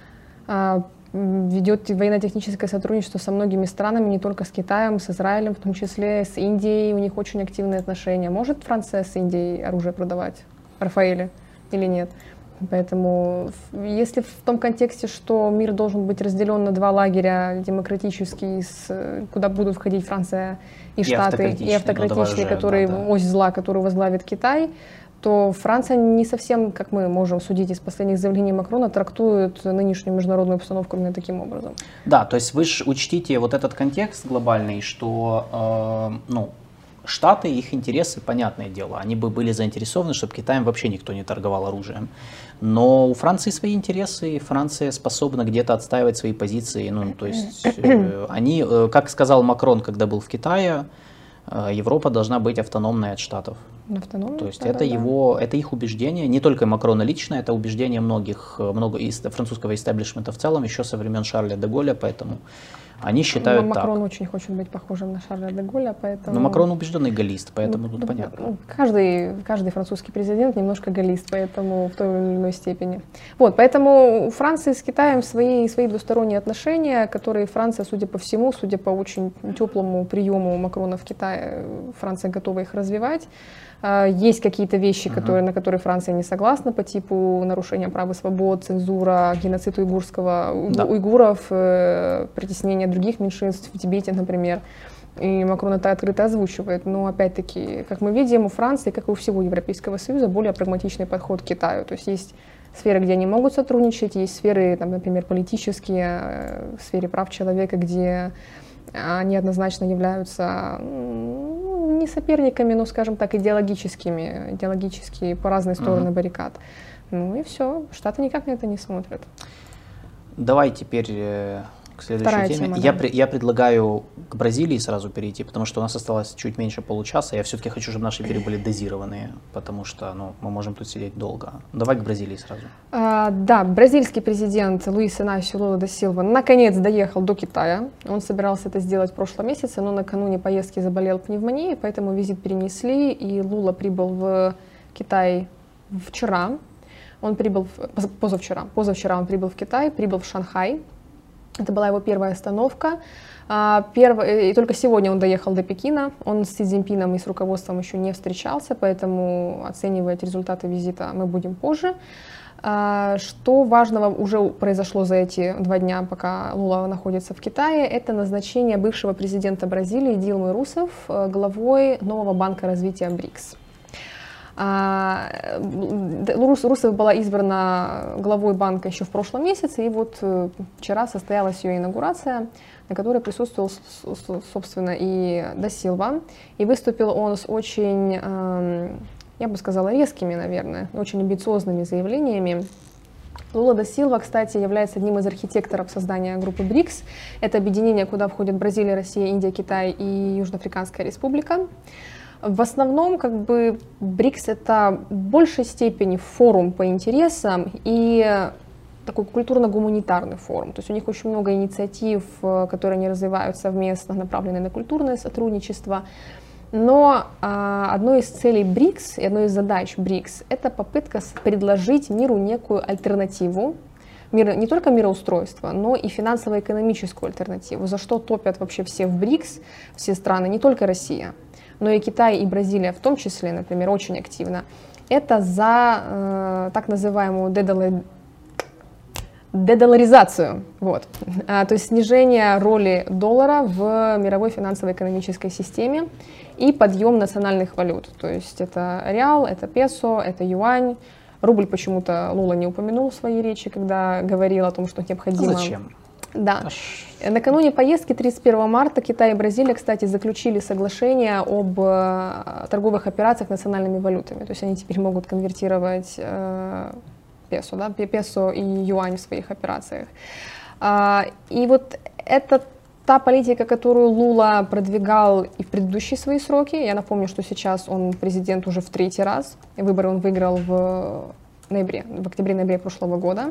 ведет военно-техническое сотрудничество со многими странами, не только с Китаем, с Израилем, в том числе с Индией. У них очень активные отношения. Может Франция с Индией оружие продавать? Рафаэли или нет? Поэтому, если в том контексте, что мир должен быть разделен на два лагеря, демократический, куда будут входить Франция и Штаты, и автократичный, который ось зла, который возглавит Китай, то Франция не совсем, как мы можем судить из последних заявлений Макрона, трактует нынешнюю международную обстановку именно таким образом. Да, то есть вы же учтите вот этот контекст глобальный, что, Штаты, их интересы, понятное дело, они бы были заинтересованы, чтобы Китаем вообще никто не торговал оружием. Но у Франции свои интересы, и Франция способна где-то отстаивать свои позиции. То есть они, как сказал Макрон, когда был в Китае, Европа должна быть автономной от Штатов. То есть это их убеждение, не только Макрона лично, это убеждение много из французского истеблишмента в целом, еще со времен Шарля де Голля, поэтому они считают так. Макрон очень хочет быть похожим на Шарля де Голля, поэтому... Но Макрон убежденный галлист, поэтому тут понятно. Каждый французский президент немножко галлист, поэтому в той или иной степени. Поэтому у Франции с Китаем свои двусторонние отношения, которые Франция, судя по всему, судя по очень теплому приему Макрона в Китае, Франция готова их развивать. Есть какие-то вещи, на которые Франция не согласна, по типу нарушения прав и свобод, цензура, геноцид уйгуров, притеснение других меньшинств в Тибете, например. И Макрон это открыто озвучивает. Но опять-таки, как мы видим, у Франции, как и у всего Европейского Союза, более прагматичный подход к Китаю. То есть сферы, где они могут сотрудничать, есть сферы, там, например, политические, в сфере прав человека, где они однозначно являются не соперниками, но, скажем так, идеологически по разные стороны баррикад. Ну и все, Штаты никак на это не смотрят. Давай теперь к следующей теме. Тема, Я предлагаю к Бразилии сразу перейти, потому что у нас осталось чуть меньше получаса. Я все-таки хочу, чтобы наши эфиры были дозированные, потому что мы можем тут сидеть долго. Давай к Бразилии сразу. Да, бразильский президент Луис Инасио Лула да Силва наконец доехал до Китая. Он собирался это сделать в прошлом месяце, но накануне поездки заболел пневмонией, поэтому визит перенесли, и Лула прибыл в Китай вчера. Он прибыл позавчера он прибыл в Китай, прибыл в Шанхай. Это была его первая остановка. И только сегодня он доехал до Пекина. Он с Си Цзиньпином и с руководством еще не встречался, поэтому оценивать результаты визита мы будем позже. Что важного уже произошло за эти 2 дня, пока Лула находится в Китае, это назначение бывшего президента Бразилии Дилмы Русефф главой нового банка развития БРИКС. Русефф была избрана главой банка еще в прошлом месяце, и вот вчера состоялась ее инаугурация, на которой присутствовал, собственно, и да Силва. И выступил он с очень, я бы сказала, резкими, наверное, очень амбициозными заявлениями. Лула да Силва, кстати, является одним из архитекторов создания группы БРИКС. Это объединение, куда входят Бразилия, Россия, Индия, Китай и Южноафриканская республика. В основном, БРИКС — это в большей степени форум по интересам и такой культурно-гуманитарный форум. То есть у них очень много инициатив, которые они развивают совместно, направленные на культурное сотрудничество. Но одной из целей БРИКС и одной из задач БРИКС — это попытка предложить миру некую альтернативу, не только мироустройство, но и финансово-экономическую альтернативу, за что топят вообще все в БРИКС, все страны, не только Россия, но и Китай и Бразилия в том числе, например, очень активно. Это за так называемую дедоларизацию, вот. То есть снижение роли доллара в мировой финансово-экономической системе и подъем национальных валют. То есть это реал, это песо, это юань. Рубль почему-то Лула не упомянул в своей речи, когда говорил о том, что необходимо... Зачем? Да. Накануне поездки 31 марта Китай и Бразилия, кстати, заключили соглашение об торговых операциях национальными валютами. То есть они теперь могут конвертировать песо и юань в своих операциях. И вот это та политика, которую Лула продвигал и в предыдущие свои сроки. Я напомню, что сейчас он президент уже в 3-й раз. Выборы он выиграл в октябре-ноябре прошлого года.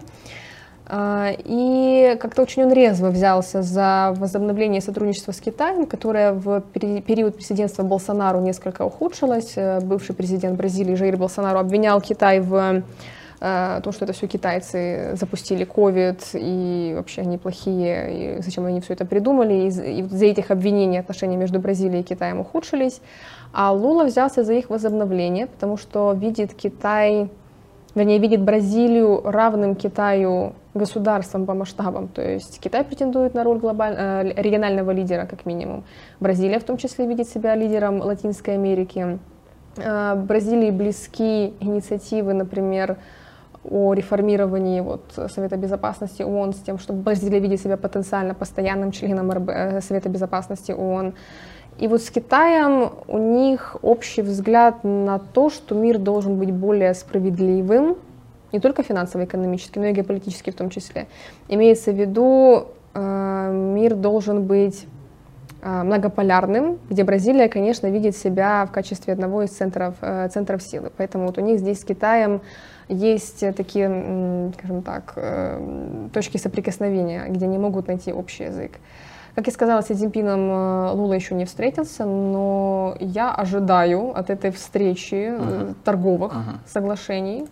И как-то очень он резво взялся за возобновление сотрудничества с Китаем, которое в период президентства Болсонару несколько ухудшилось. Бывший президент Бразилии Жаир Болсонару обвинял Китай в том, что это все китайцы запустили ковид, и вообще они плохие, и зачем они все это придумали. И за этих обвинений отношения между Бразилией и Китаем ухудшились. А Лула взялся за их возобновление, потому что видит Бразилию равным Китаю государством по масштабам. То есть Китай претендует на роль регионального лидера, как минимум. Бразилия в том числе видит себя лидером Латинской Америки. Бразилии близки инициативы, например, о реформировании Совета Безопасности ООН, с тем, чтобы Бразилия видит себя потенциально постоянным членом Совета Безопасности ООН. И вот с Китаем у них общий взгляд на то, что мир должен быть более справедливым, не только финансово-экономически, но и геополитически в том числе. Имеется в виду, мир должен быть многополярным, где Бразилия, конечно, видит себя в качестве одного из центров силы. Поэтому вот у них здесь с Китаем есть такие, скажем так, точки соприкосновения, где они могут найти общий язык. Как я сказала, с Си Цзиньпином Лула еще не встретился, но я ожидаю от этой встречи торговых соглашений,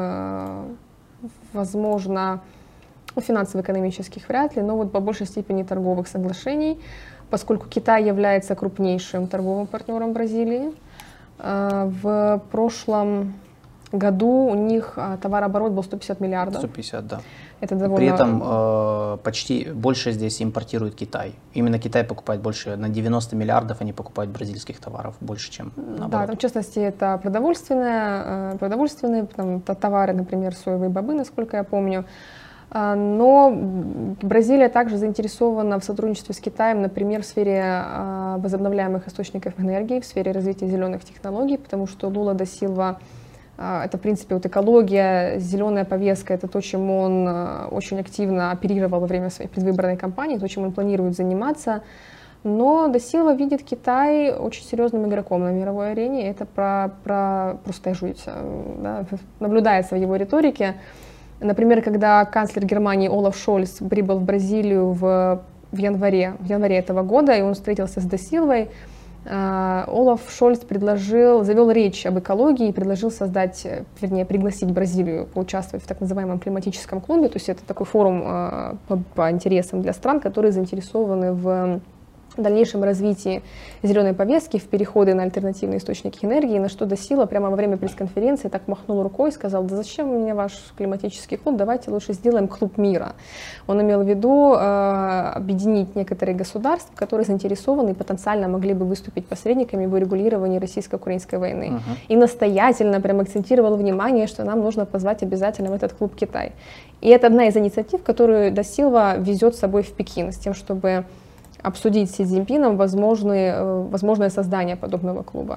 возможно, финансово-экономических вряд ли, но вот по большей степени торговых соглашений, поскольку Китай является крупнейшим торговым партнером Бразилии. В году у них товарооборот был 150 миллиардов. 150, да. Это довольно... При этом почти больше здесь импортирует Китай. Именно Китай покупает больше, на 90 миллиардов они покупают бразильских товаров, больше, чем наоборот. Да, там, в частности, это продовольственные там, товары, например, соевые бобы, насколько я помню. Но Бразилия также заинтересована в сотрудничестве с Китаем, например, в сфере возобновляемых источников энергии, в сфере развития зеленых технологий, потому что Лула да Силва — это, в принципе, вот экология, зеленая повестка — это то, чем он очень активно оперировал во время своей предвыборной кампании, то, чем он планирует заниматься. Но да Силва видит Китай очень серьезным игроком на мировой арене, и это прослеживается, да, наблюдается в его риторике. Например, когда канцлер Германии Олаф Шольц прибыл в Бразилию в январе этого года, и он встретился с да Силвой, Олаф Шольц завел речь об экологии и предложил пригласить Бразилию поучаствовать в так называемом климатическом клубе, то есть это такой форум по интересам для стран, которые заинтересованы в дальнейшем развитии зеленой повестки, в переходе на альтернативные источники энергии, на что да Силва прямо во время пресс-конференции так махнул рукой и сказал: да зачем мне ваш климатический клуб, давайте лучше сделаем клуб мира. Он имел в виду объединить некоторые государства, которые заинтересованы и потенциально могли бы выступить посредниками в урегулировании российско-украинской войны. И настоятельно прям акцентировал внимание, что нам нужно позвать обязательно в этот клуб Китай. И это одна из инициатив, которую да Силва везет с собой в Пекин, с тем, чтобы обсудить с Си Цзиньпином возможное создание подобного клуба.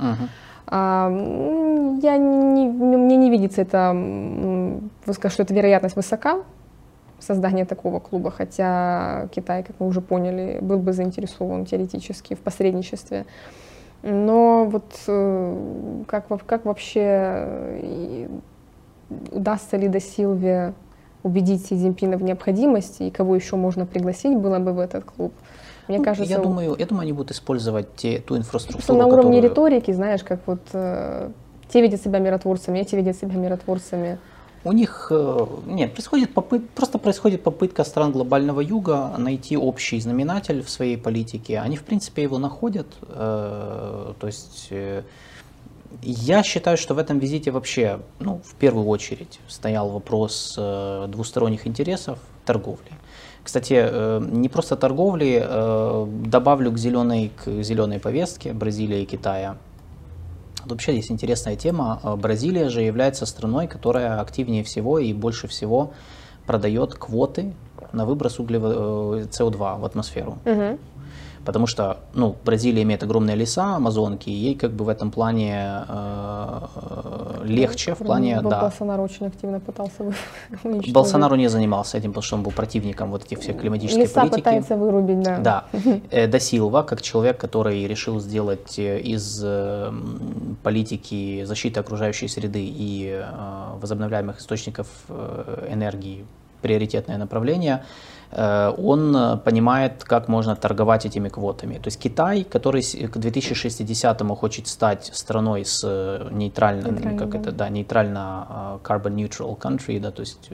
Мне не видится что эта вероятность высока, создания такого клуба, хотя Китай, как мы уже поняли, был бы заинтересован теоретически в посредничестве. Но вот как вообще удастся ли да Силве убедить Си Цзиньпина в необходимости, и кого еще можно пригласить было бы в этот клуб? Мне кажется, я думаю, они будут использовать ту инфраструктуру, что на уровне риторики, знаешь, как вот те видят себя миротворцами, эти видят себя миротворцами. У них происходит попытка стран глобального юга найти общий знаменатель в своей политике. Они, в принципе, его находят. То есть я считаю, что в этом визите вообще, в первую очередь, стоял вопрос двусторонних интересов, торговли. Кстати, не просто торговли, добавлю к зеленой повестке Бразилии и Китая. Вообще есть интересная тема. Бразилия же является страной, которая активнее всего и больше всего продает квоты на выброс СО2 в атмосферу. Потому что Бразилия имеет огромные леса, амазонки, и ей как бы в этом плане легче. Болсонaro очень активно пытался уничтожить. Болсонaro не занимался этим, потому что он был противником вот этих всех климатических леса политики. Пытается вырубить, да. Да. Да Силва, как человек, который решил сделать из политики защиты окружающей среды и возобновляемых источников энергии приоритетное направление, он понимает, как можно торговать этими квотами. То есть Китай, который к 2060-му хочет стать страной с нейтрально carbon neutral country, да, то есть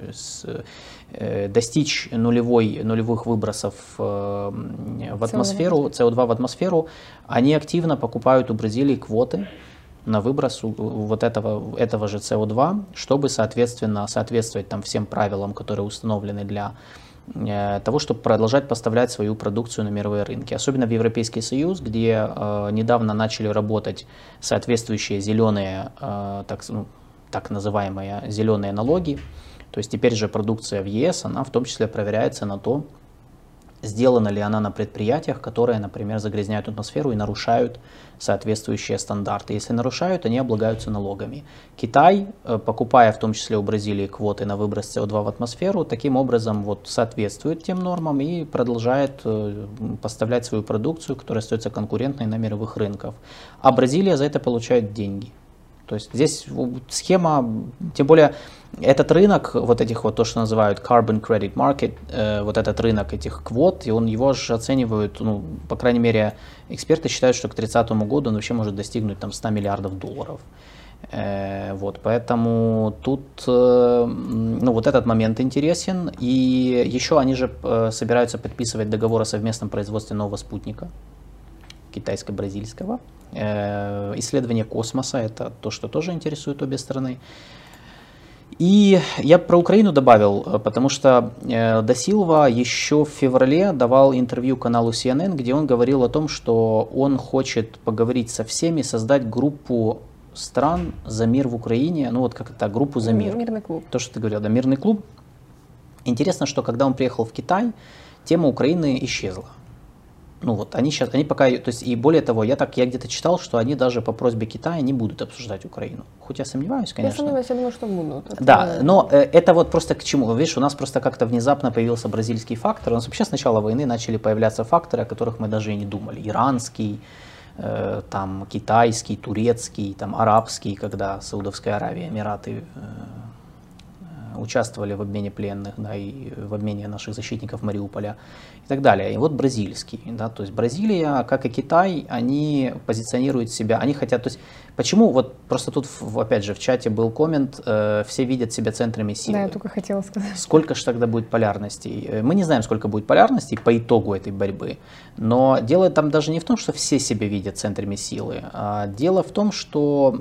достичь нулевых выбросов в атмосферу, СО2 в атмосферу, они активно покупают у Бразилии квоты на выброс вот этого же СО2, чтобы, соответственно, соответствовать там всем правилам, которые установлены для того, чтобы продолжать поставлять свою продукцию на мировые рынки. Особенно в Европейский Союз, где недавно начали работать соответствующие зеленые, так называемые зеленые налоги. То есть теперь же продукция в ЕС, она в том числе проверяется на то, сделана ли она на предприятиях, которые, например, загрязняют атмосферу и нарушают соответствующие стандарты. Если нарушают, они облагаются налогами. Китай, покупая в том числе у Бразилии квоты на выброс СО2 в атмосферу, таким образом соответствует тем нормам и продолжает поставлять свою продукцию, которая остается конкурентной на мировых рынках. А Бразилия за это получает деньги. То есть здесь схема, тем более этот рынок, вот этих вот то, что называют carbon credit market, вот этот рынок этих квот, и его же оценивают, по крайней мере, эксперты считают, что к 30 году он вообще может достигнуть там 100 миллиардов долларов. Поэтому тут вот этот момент интересен. И еще они же собираются подписывать договор о совместном производстве нового спутника, китайско-бразильского. исследование космоса, это то, что тоже интересует обе страны. И я про Украину добавил, потому что Да Силва еще в феврале давал интервью каналу CNN, где он говорил о том, что он хочет поговорить со всеми, создать группу стран за мир в Украине, ну вот как это, группу за мир. Мирный клуб. То, что ты говорил, да, мирный клуб. Интересно, что когда он приехал в Китай, тема Украины исчезла. Ну вот они сейчас, они пока, то есть и более того, я где-то читал, что они даже по просьбе Китая не будут обсуждать Украину. Хоть я сомневаюсь, конечно. Я сомневаюсь, я думаю, что будут. Да, но это вот просто к чему? Видишь, у нас просто как-то внезапно появился бразильский фактор. У нас вообще с начала войны начали появляться факторы, о которых мы даже и не думали. Иранский, там китайский, турецкий, там арабский, когда Саудовская Аравия, Эмираты участвовали в обмене пленных, да, и в обмене наших защитников Мариуполя и так далее. И вот бразильский, да, то есть Бразилия, как и Китай, они позиционируют себя, они хотят, то есть почему, вот просто тут опять же в чате был коммент, все видят себя центрами силы. Да, я только хотела сказать. Сколько же тогда будет полярностей? Мы не знаем, сколько будет полярностей по итогу этой борьбы, но дело там даже не в том, что все себя видят центрами силы, а дело в том, что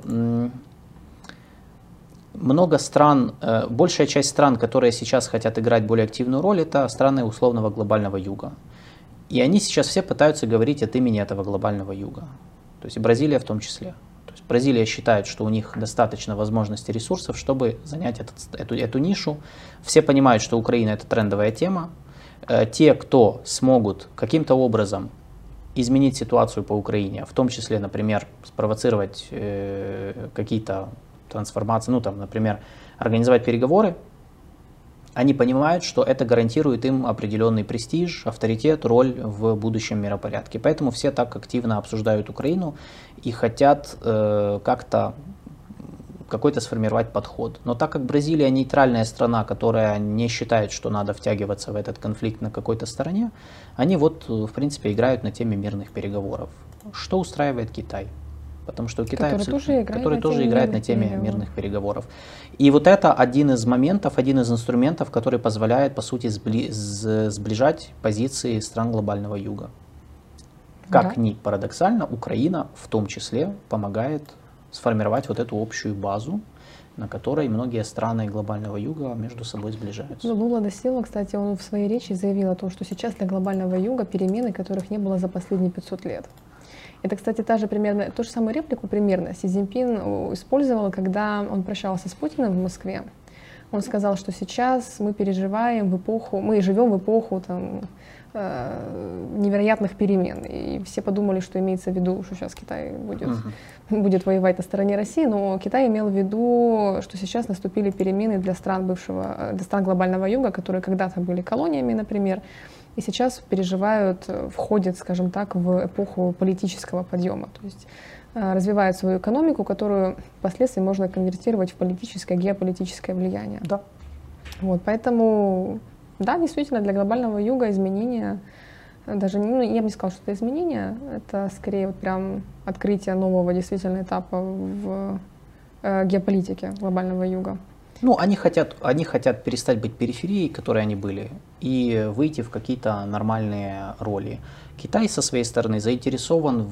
много стран, большая часть стран, которые сейчас хотят играть более активную роль, это страны условного глобального юга. И они сейчас все пытаются говорить от имени этого глобального юга. То есть и Бразилия в том числе. То есть Бразилия считает, что у них достаточно возможностей и ресурсов, чтобы занять эту нишу. Все понимают, что Украина это трендовая тема. Те, кто смогут каким-то образом изменить ситуацию по Украине, в том числе, например, спровоцировать какие-то трансформации, ну там, например, организовать переговоры, они понимают, что это гарантирует им определенный престиж, авторитет, роль в будущем миропорядке. Поэтому все так активно обсуждают Украину и хотят как-то какой-то сформировать подход. Но так как Бразилия нейтральная страна, которая не считает, что надо втягиваться в этот конфликт на какой-то стороне, они вот, в принципе, играют на теме мирных переговоров. Что устраивает Китай? Потому что у Китая который тоже играет на теме мирных переговоров. И вот это один из моментов, один из инструментов, который позволяет, по сути, сближать позиции стран глобального юга. Как ни парадоксально, Украина в том числе помогает сформировать вот эту общую базу, на которой многие страны глобального юга между собой сближаются. Ну, Лула да Силва, кстати, он в своей речи заявил о том, что сейчас для глобального юга перемены, которых не было за последние 500 лет. Это, кстати, ту же самую реплику примерно Си Цзиньпин использовал, когда он прощался с Путиным в Москве. Он сказал, что сейчас мы живем в эпоху там, невероятных перемен. И все подумали, что имеется в виду, что сейчас Китай будет воевать на стороне России, но Китай имел в виду, что сейчас наступили перемены для стран глобального юга, которые когда-то были колониями, например, и сейчас входят, скажем так, в эпоху политического подъема. То есть развивают свою экономику, которую впоследствии можно конвертировать в политическое, геополитическое влияние. Да. Вот, поэтому, да, действительно, для глобального юга изменения, даже, я бы не сказала, что это изменения, это скорее вот прям открытие нового действительно этапа в геополитике глобального юга. Ну, они хотят перестать быть периферией, которой они были, и выйти в какие-то нормальные роли. Китай со своей стороны заинтересован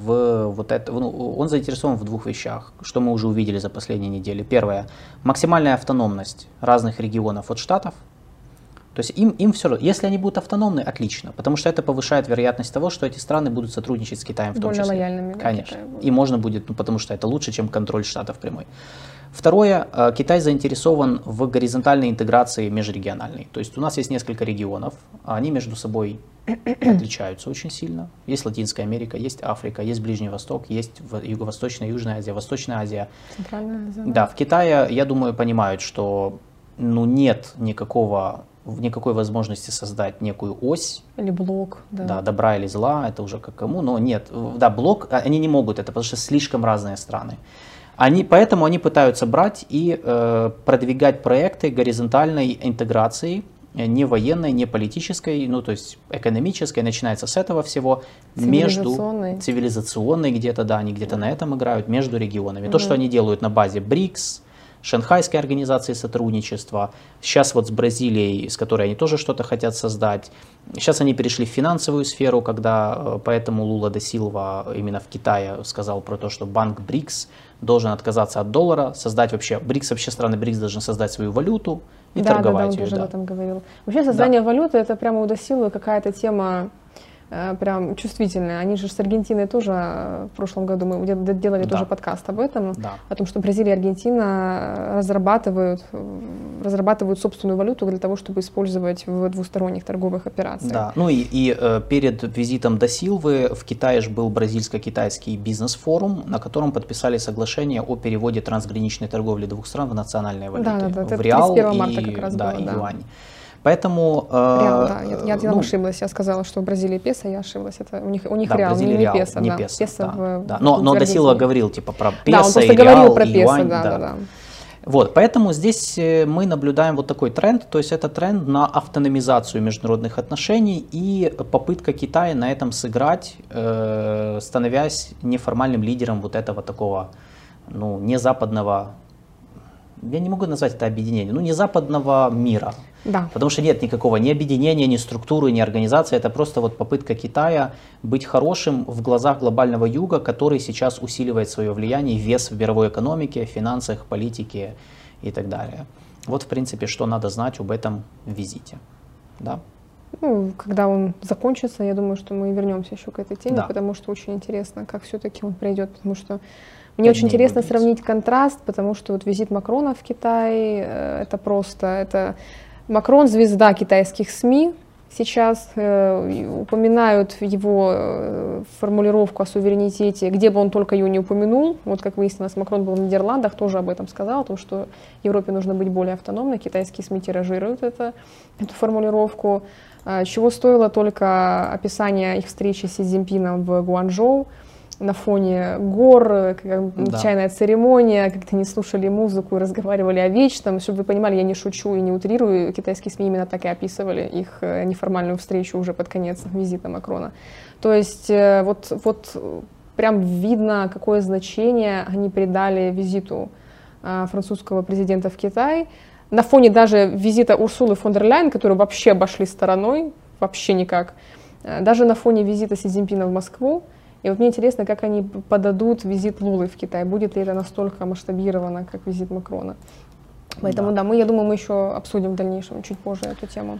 он заинтересован в двух вещах, что мы уже увидели за последние недели. Первое – максимальная автономность разных регионов от штатов. То есть им все равно, если они будут автономны, отлично, потому что это повышает вероятность того, что эти страны будут сотрудничать с Китаем в том числе. Более лояльными. Конечно. И можно будет, потому что это лучше, чем контроль штатов прямой. Второе, Китай заинтересован в горизонтальной интеграции межрегиональной. То есть у нас есть несколько регионов, они между собой отличаются очень сильно. Есть Латинская Америка, есть Африка, есть Ближний Восток, есть Юго-Восточная, Южная Азия, Восточная Азия. Центральная Азия. Да, в Китае, я думаю, понимают, что нет никакой возможности создать некую ось. Или блок. Да, добра или зла, это уже как кому, но нет. Да, блок, они не могут это, потому что слишком разные страны. Поэтому они пытаются брать и продвигать проекты горизонтальной интеграции, не военной, не политической, ну то есть экономической, начинается с этого всего, цивилизационной где-то, да, они где-то на этом играют, между регионами. То, что они делают на базе БРИКС, Шанхайской организацией сотрудничества, сейчас вот с Бразилией, с которой они тоже что-то хотят создать. Сейчас они перешли в финансовую сферу, когда поэтому Лула да Силва именно в Китае сказал про то, что банк БРИКС должен отказаться от доллара, создать вообще, вообще страны БРИКС должны создать свою валюту и торговать он ее. тоже об этом говорил. Вообще создание валюты, это прямо у да Силвы какая-то тема прям чувствительная. Они же с Аргентиной тоже в прошлом году мы делали тоже подкаст об этом, о том, что Бразилия и Аргентина разрабатывают собственную валюту для того, чтобы использовать в двусторонних торговых операциях. Да, ну и перед визитом да Силвы в Китае же был бразильско-китайский бизнес-форум, на котором подписали соглашение о переводе трансграничной торговли двух стран в национальные валюты, в реал 31 марта как раз было, и юань. Поэтому... Реал, да, я ошиблась, я сказала, что в Бразилии песо, я ошиблась, это у них реал, не песо, не да. Песо, да. Но да Силва говорил типа про песо, и реал, и юань. Да. Вот, поэтому здесь мы наблюдаем вот такой тренд, то есть это тренд на автономизацию международных отношений и попытка Китая на этом сыграть, становясь неформальным лидером вот этого такого, не западного, я не могу назвать это объединение, не западного мира. Да. Потому что нет никакого ни объединения, ни структуры, ни организации. Это просто вот попытка Китая быть хорошим в глазах глобального юга, который сейчас усиливает свое влияние и вес в мировой экономике, финансах, политике и так далее. Вот, в принципе, что надо знать об этом визите. Да? Когда он закончится, я думаю, что мы вернемся еще к этой теме, потому что очень интересно, как все-таки он пройдет, потому что мне очень интересно сравнить контраст, потому что вот визит Макрона в Китай, это Макрон — звезда китайских СМИ. Сейчас упоминают его формулировку о суверенитете, где бы он только ее не упомянул. Вот как выяснилось, Макрон был в Нидерландах, тоже об этом сказал, о том, что Европе нужно быть более автономной. Китайские СМИ тиражируют эту формулировку. Чего стоило только описание их встречи с Си Цзиньпином в Гуанчжоу. На фоне гор, чайная церемония, как-то не слушали музыку и разговаривали о вечном. Чтобы вы понимали, я не шучу и не утрирую, китайские СМИ именно так и описывали их неформальную встречу уже под конец визита Макрона. То есть вот прям видно, какое значение они придали визиту французского президента в Китай. На фоне даже визита Урсулы фон дер Ляйен, которую вообще обошли стороной, вообще никак. Даже на фоне визита Си Цзиньпина в Москву. И вот мне интересно, как они подадут визит Лулы в Китай. Будет ли это настолько масштабировано, как визит Макрона? Поэтому, я думаю, мы еще обсудим в дальнейшем, чуть позже эту тему.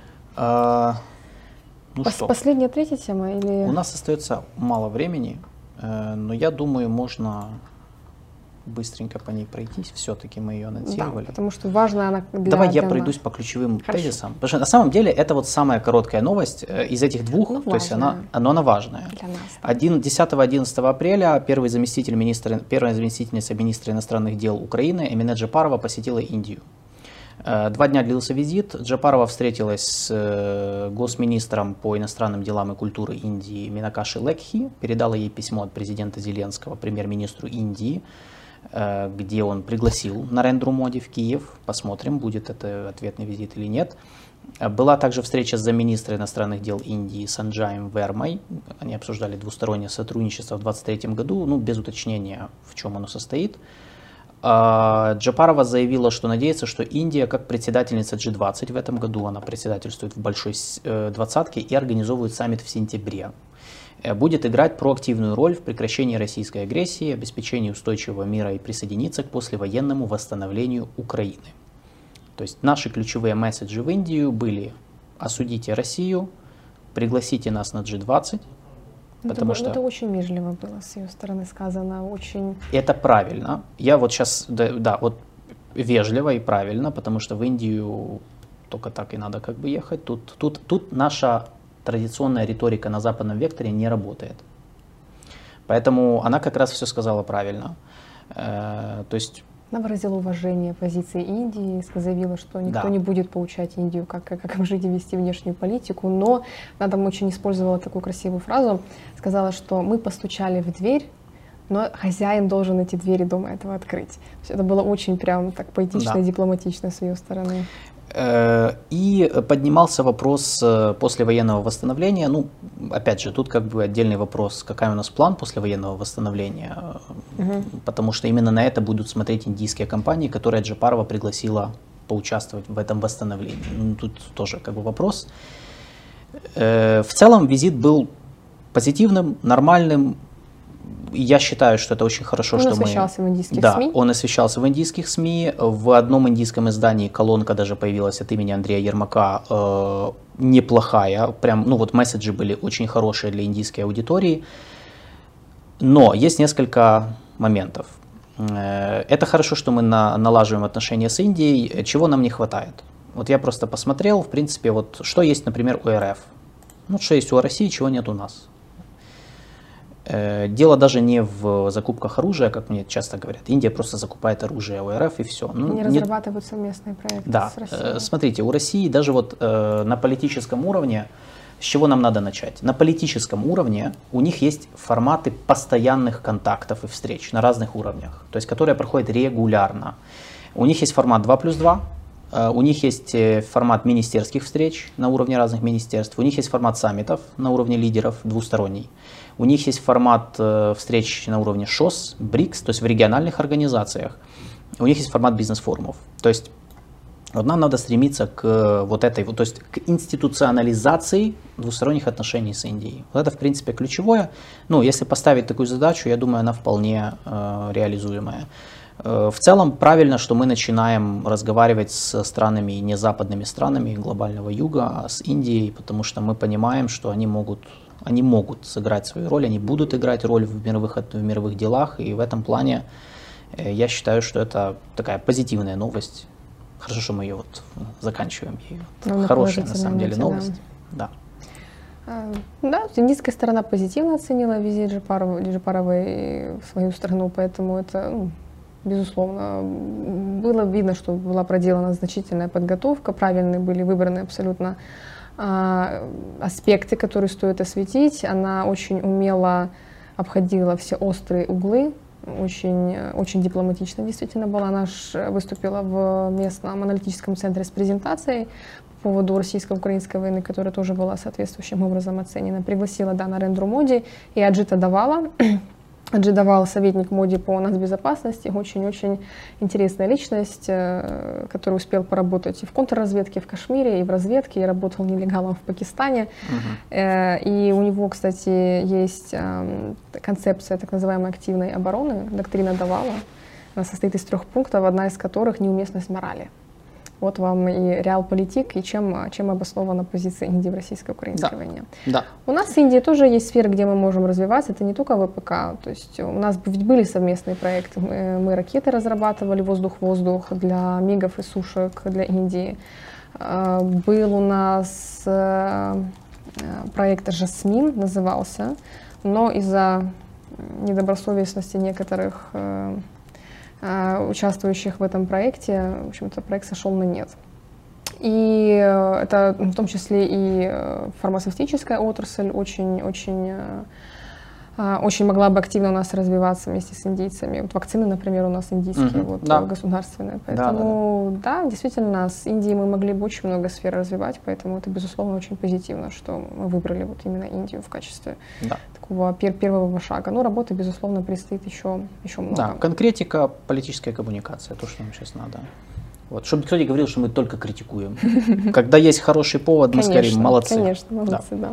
Последняя, третья тема? Или... У нас остается мало времени, но я думаю, можно быстренько по ней пройтись. Все-таки мы ее анонсировали. Да, потому что важна она для Давай я пройдусь по ключевым тезисам. Потому что на самом деле это вот самая короткая новость из этих двух. То есть она важная. Для нас. 10-11 апреля первая заместительница министра иностранных дел Украины Эмине Джапарова посетила Индию. 2 дня длился визит. Джапарова встретилась с госминистром по иностранным делам и культуры Индии Минакаши Лекхи, передала ей письмо от президента Зеленского премьер-министру Индии, где он пригласил Нарендру Моди в Киев. Посмотрим, будет это ответный визит или нет. Была также встреча с замминистра иностранных дел Индии Санджаем Вермой. Они обсуждали двустороннее сотрудничество в 2023 году, без уточнения, в чем оно состоит. Джапарова заявила, что надеется, что Индия, как председательница G20 в этом году, она председательствует в большой двадцатке и организовывает саммит в сентябре, будет играть проактивную роль в прекращении российской агрессии, обеспечении устойчивого мира и присоединиться к послевоенному восстановлению Украины. То есть наши ключевые месседжи в Индию были: осудите Россию, пригласите нас на G20. Потому что это очень вежливо было с ее стороны сказано, очень... Это правильно. Я вот сейчас, вот вежливо и правильно, потому что в Индию только так и надо как бы ехать. Тут наша традиционная риторика на западном векторе не работает. Поэтому она как раз все сказала правильно. То есть... Она выразила уважение позиции Индии, заявила, что никто не будет поучать Индию, как жить и вести внешнюю политику, но она там очень использовала такую красивую фразу, сказала, что мы постучали в дверь, но хозяин должен эти двери дома этого открыть. Это было очень прям так поэтично и дипломатично с ее стороны. И поднимался вопрос послевоенного восстановления. Опять же, тут как бы отдельный вопрос, какой у нас план послевоенного восстановления. потому что именно на это будут смотреть индийские компании, которые Джапарова пригласила поучаствовать в этом восстановлении. Ну, тут тоже как бы вопрос. В целом визит был позитивным, нормальным. Я считаю, что это очень хорошо, он что мы... Он освещался в индийских да, СМИ. Он освещался в индийских СМИ. В одном индийском издании колонка даже появилась от имени Андрея Ермака, неплохая. Прям, ну вот месседжи были очень хорошие для индийской аудитории. Но есть несколько моментов. Это хорошо, что мы налаживаем отношения с Индией. Чего нам не хватает? Вот я просто посмотрел, в принципе, вот что есть, например, у РФ. Ну, что есть у России, чего нет у нас. Дело даже не в закупках оружия, как мне часто говорят. Индия просто закупает оружие у РФ и все. Ну, они разрабатывают совместные проекты да. с Россией. Смотрите, у России даже вот на политическом уровне, с чего нам надо начать? На политическом уровне у них есть форматы постоянных контактов и встреч на разных уровнях, то есть которые проходят регулярно. У них есть формат 2+2. У них есть формат министерских встреч на уровне разных министерств, у них есть формат саммитов на уровне лидеров двусторонний, у них есть формат встреч на уровне ШОС, БРИКС, то есть в региональных организациях, у них есть формат бизнес-форумов. То есть вот нам надо стремиться к вот этой, то есть к институционализации двусторонних отношений с Индией. Вот это в принципе ключевое. Ну, если поставить такую задачу, я думаю, она вполне реализуемая. В целом правильно, что мы начинаем разговаривать с странами, не западными странами глобального юга, а с Индией, потому что мы понимаем, что они могут сыграть свою роль, они будут играть роль в мировых делах, и в этом плане я считаю, что это такая позитивная новость. Хорошо, что мы ее вот заканчиваем. Хорошая на самом деле новость. Да. Да, индийская сторона позитивно оценила визит Джапаровой в свою страну, поэтому это... безусловно, было видно, что была проделана значительная подготовка, правильные были выбраны абсолютно аспекты, которые стоит осветить. Она очень умело обходила все острые углы, очень дипломатично действительно была. Она выступила в местном аналитическом центре с презентацией по поводу российско-украинской войны, которая тоже была соответствующим образом оценена. Пригласила Нарендру Моди и Аджита Давала. Аджит Давал, советник Моди по нацбезопасности, очень-очень интересная личность, который успел поработать и в контрразведке в Кашмире, и в разведке, и работал нелегалом в Пакистане. И у него, кстати, есть концепция так называемой активной обороны, доктрина Давала. Она состоит из 3 пунктов, одна из которых — неуместность морали. Вот вам и реалполитик, и чем обоснована позиция Индии в российско-украинской войне. Да. У нас в Индии тоже есть сферы, где мы можем развиваться. Это не только ВПК. То есть у нас ведь были совместные проекты. Мы ракеты разрабатывали воздух-воздух для МИГов и сушек для Индии. Был у нас проект «Жасмин» назывался, но из-за недобросовестности некоторых участвующих в этом проекте, в общем-то, проект сошел на нет. И это в том числе и фармацевтическая отрасль очень могла бы активно у нас развиваться вместе с индийцами. Вот вакцины, например, у нас индийские, государственные. Поэтому, да, действительно, с Индией мы могли бы очень много сфер развивать, поэтому это, безусловно, очень позитивно, что мы выбрали вот именно Индию в качестве такого первого шага. Но работы, безусловно, предстоит еще много. Да, конкретика, политическая коммуникация, то, что нам сейчас надо. Вот, чтобы никто не говорил, что мы только критикуем. Когда есть хороший повод, мы скорее молодцы. Конечно, молодцы, да.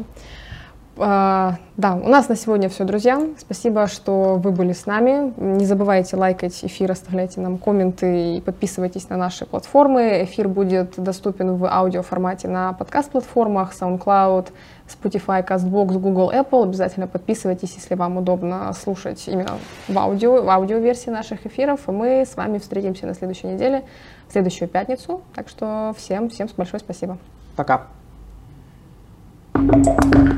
Да, у нас на сегодня все, друзья. Спасибо, что вы были с нами. Не забывайте лайкать эфир, оставляйте нам комменты и подписывайтесь на наши платформы. Эфир будет доступен в аудиоформате на подкаст-платформах SoundCloud, Spotify, CastBox, Google, Apple. Обязательно подписывайтесь, если вам удобно слушать именно в аудиоверсии наших эфиров. И мы с вами встретимся на следующей неделе, в следующую пятницу. Так что всем большое спасибо. Пока.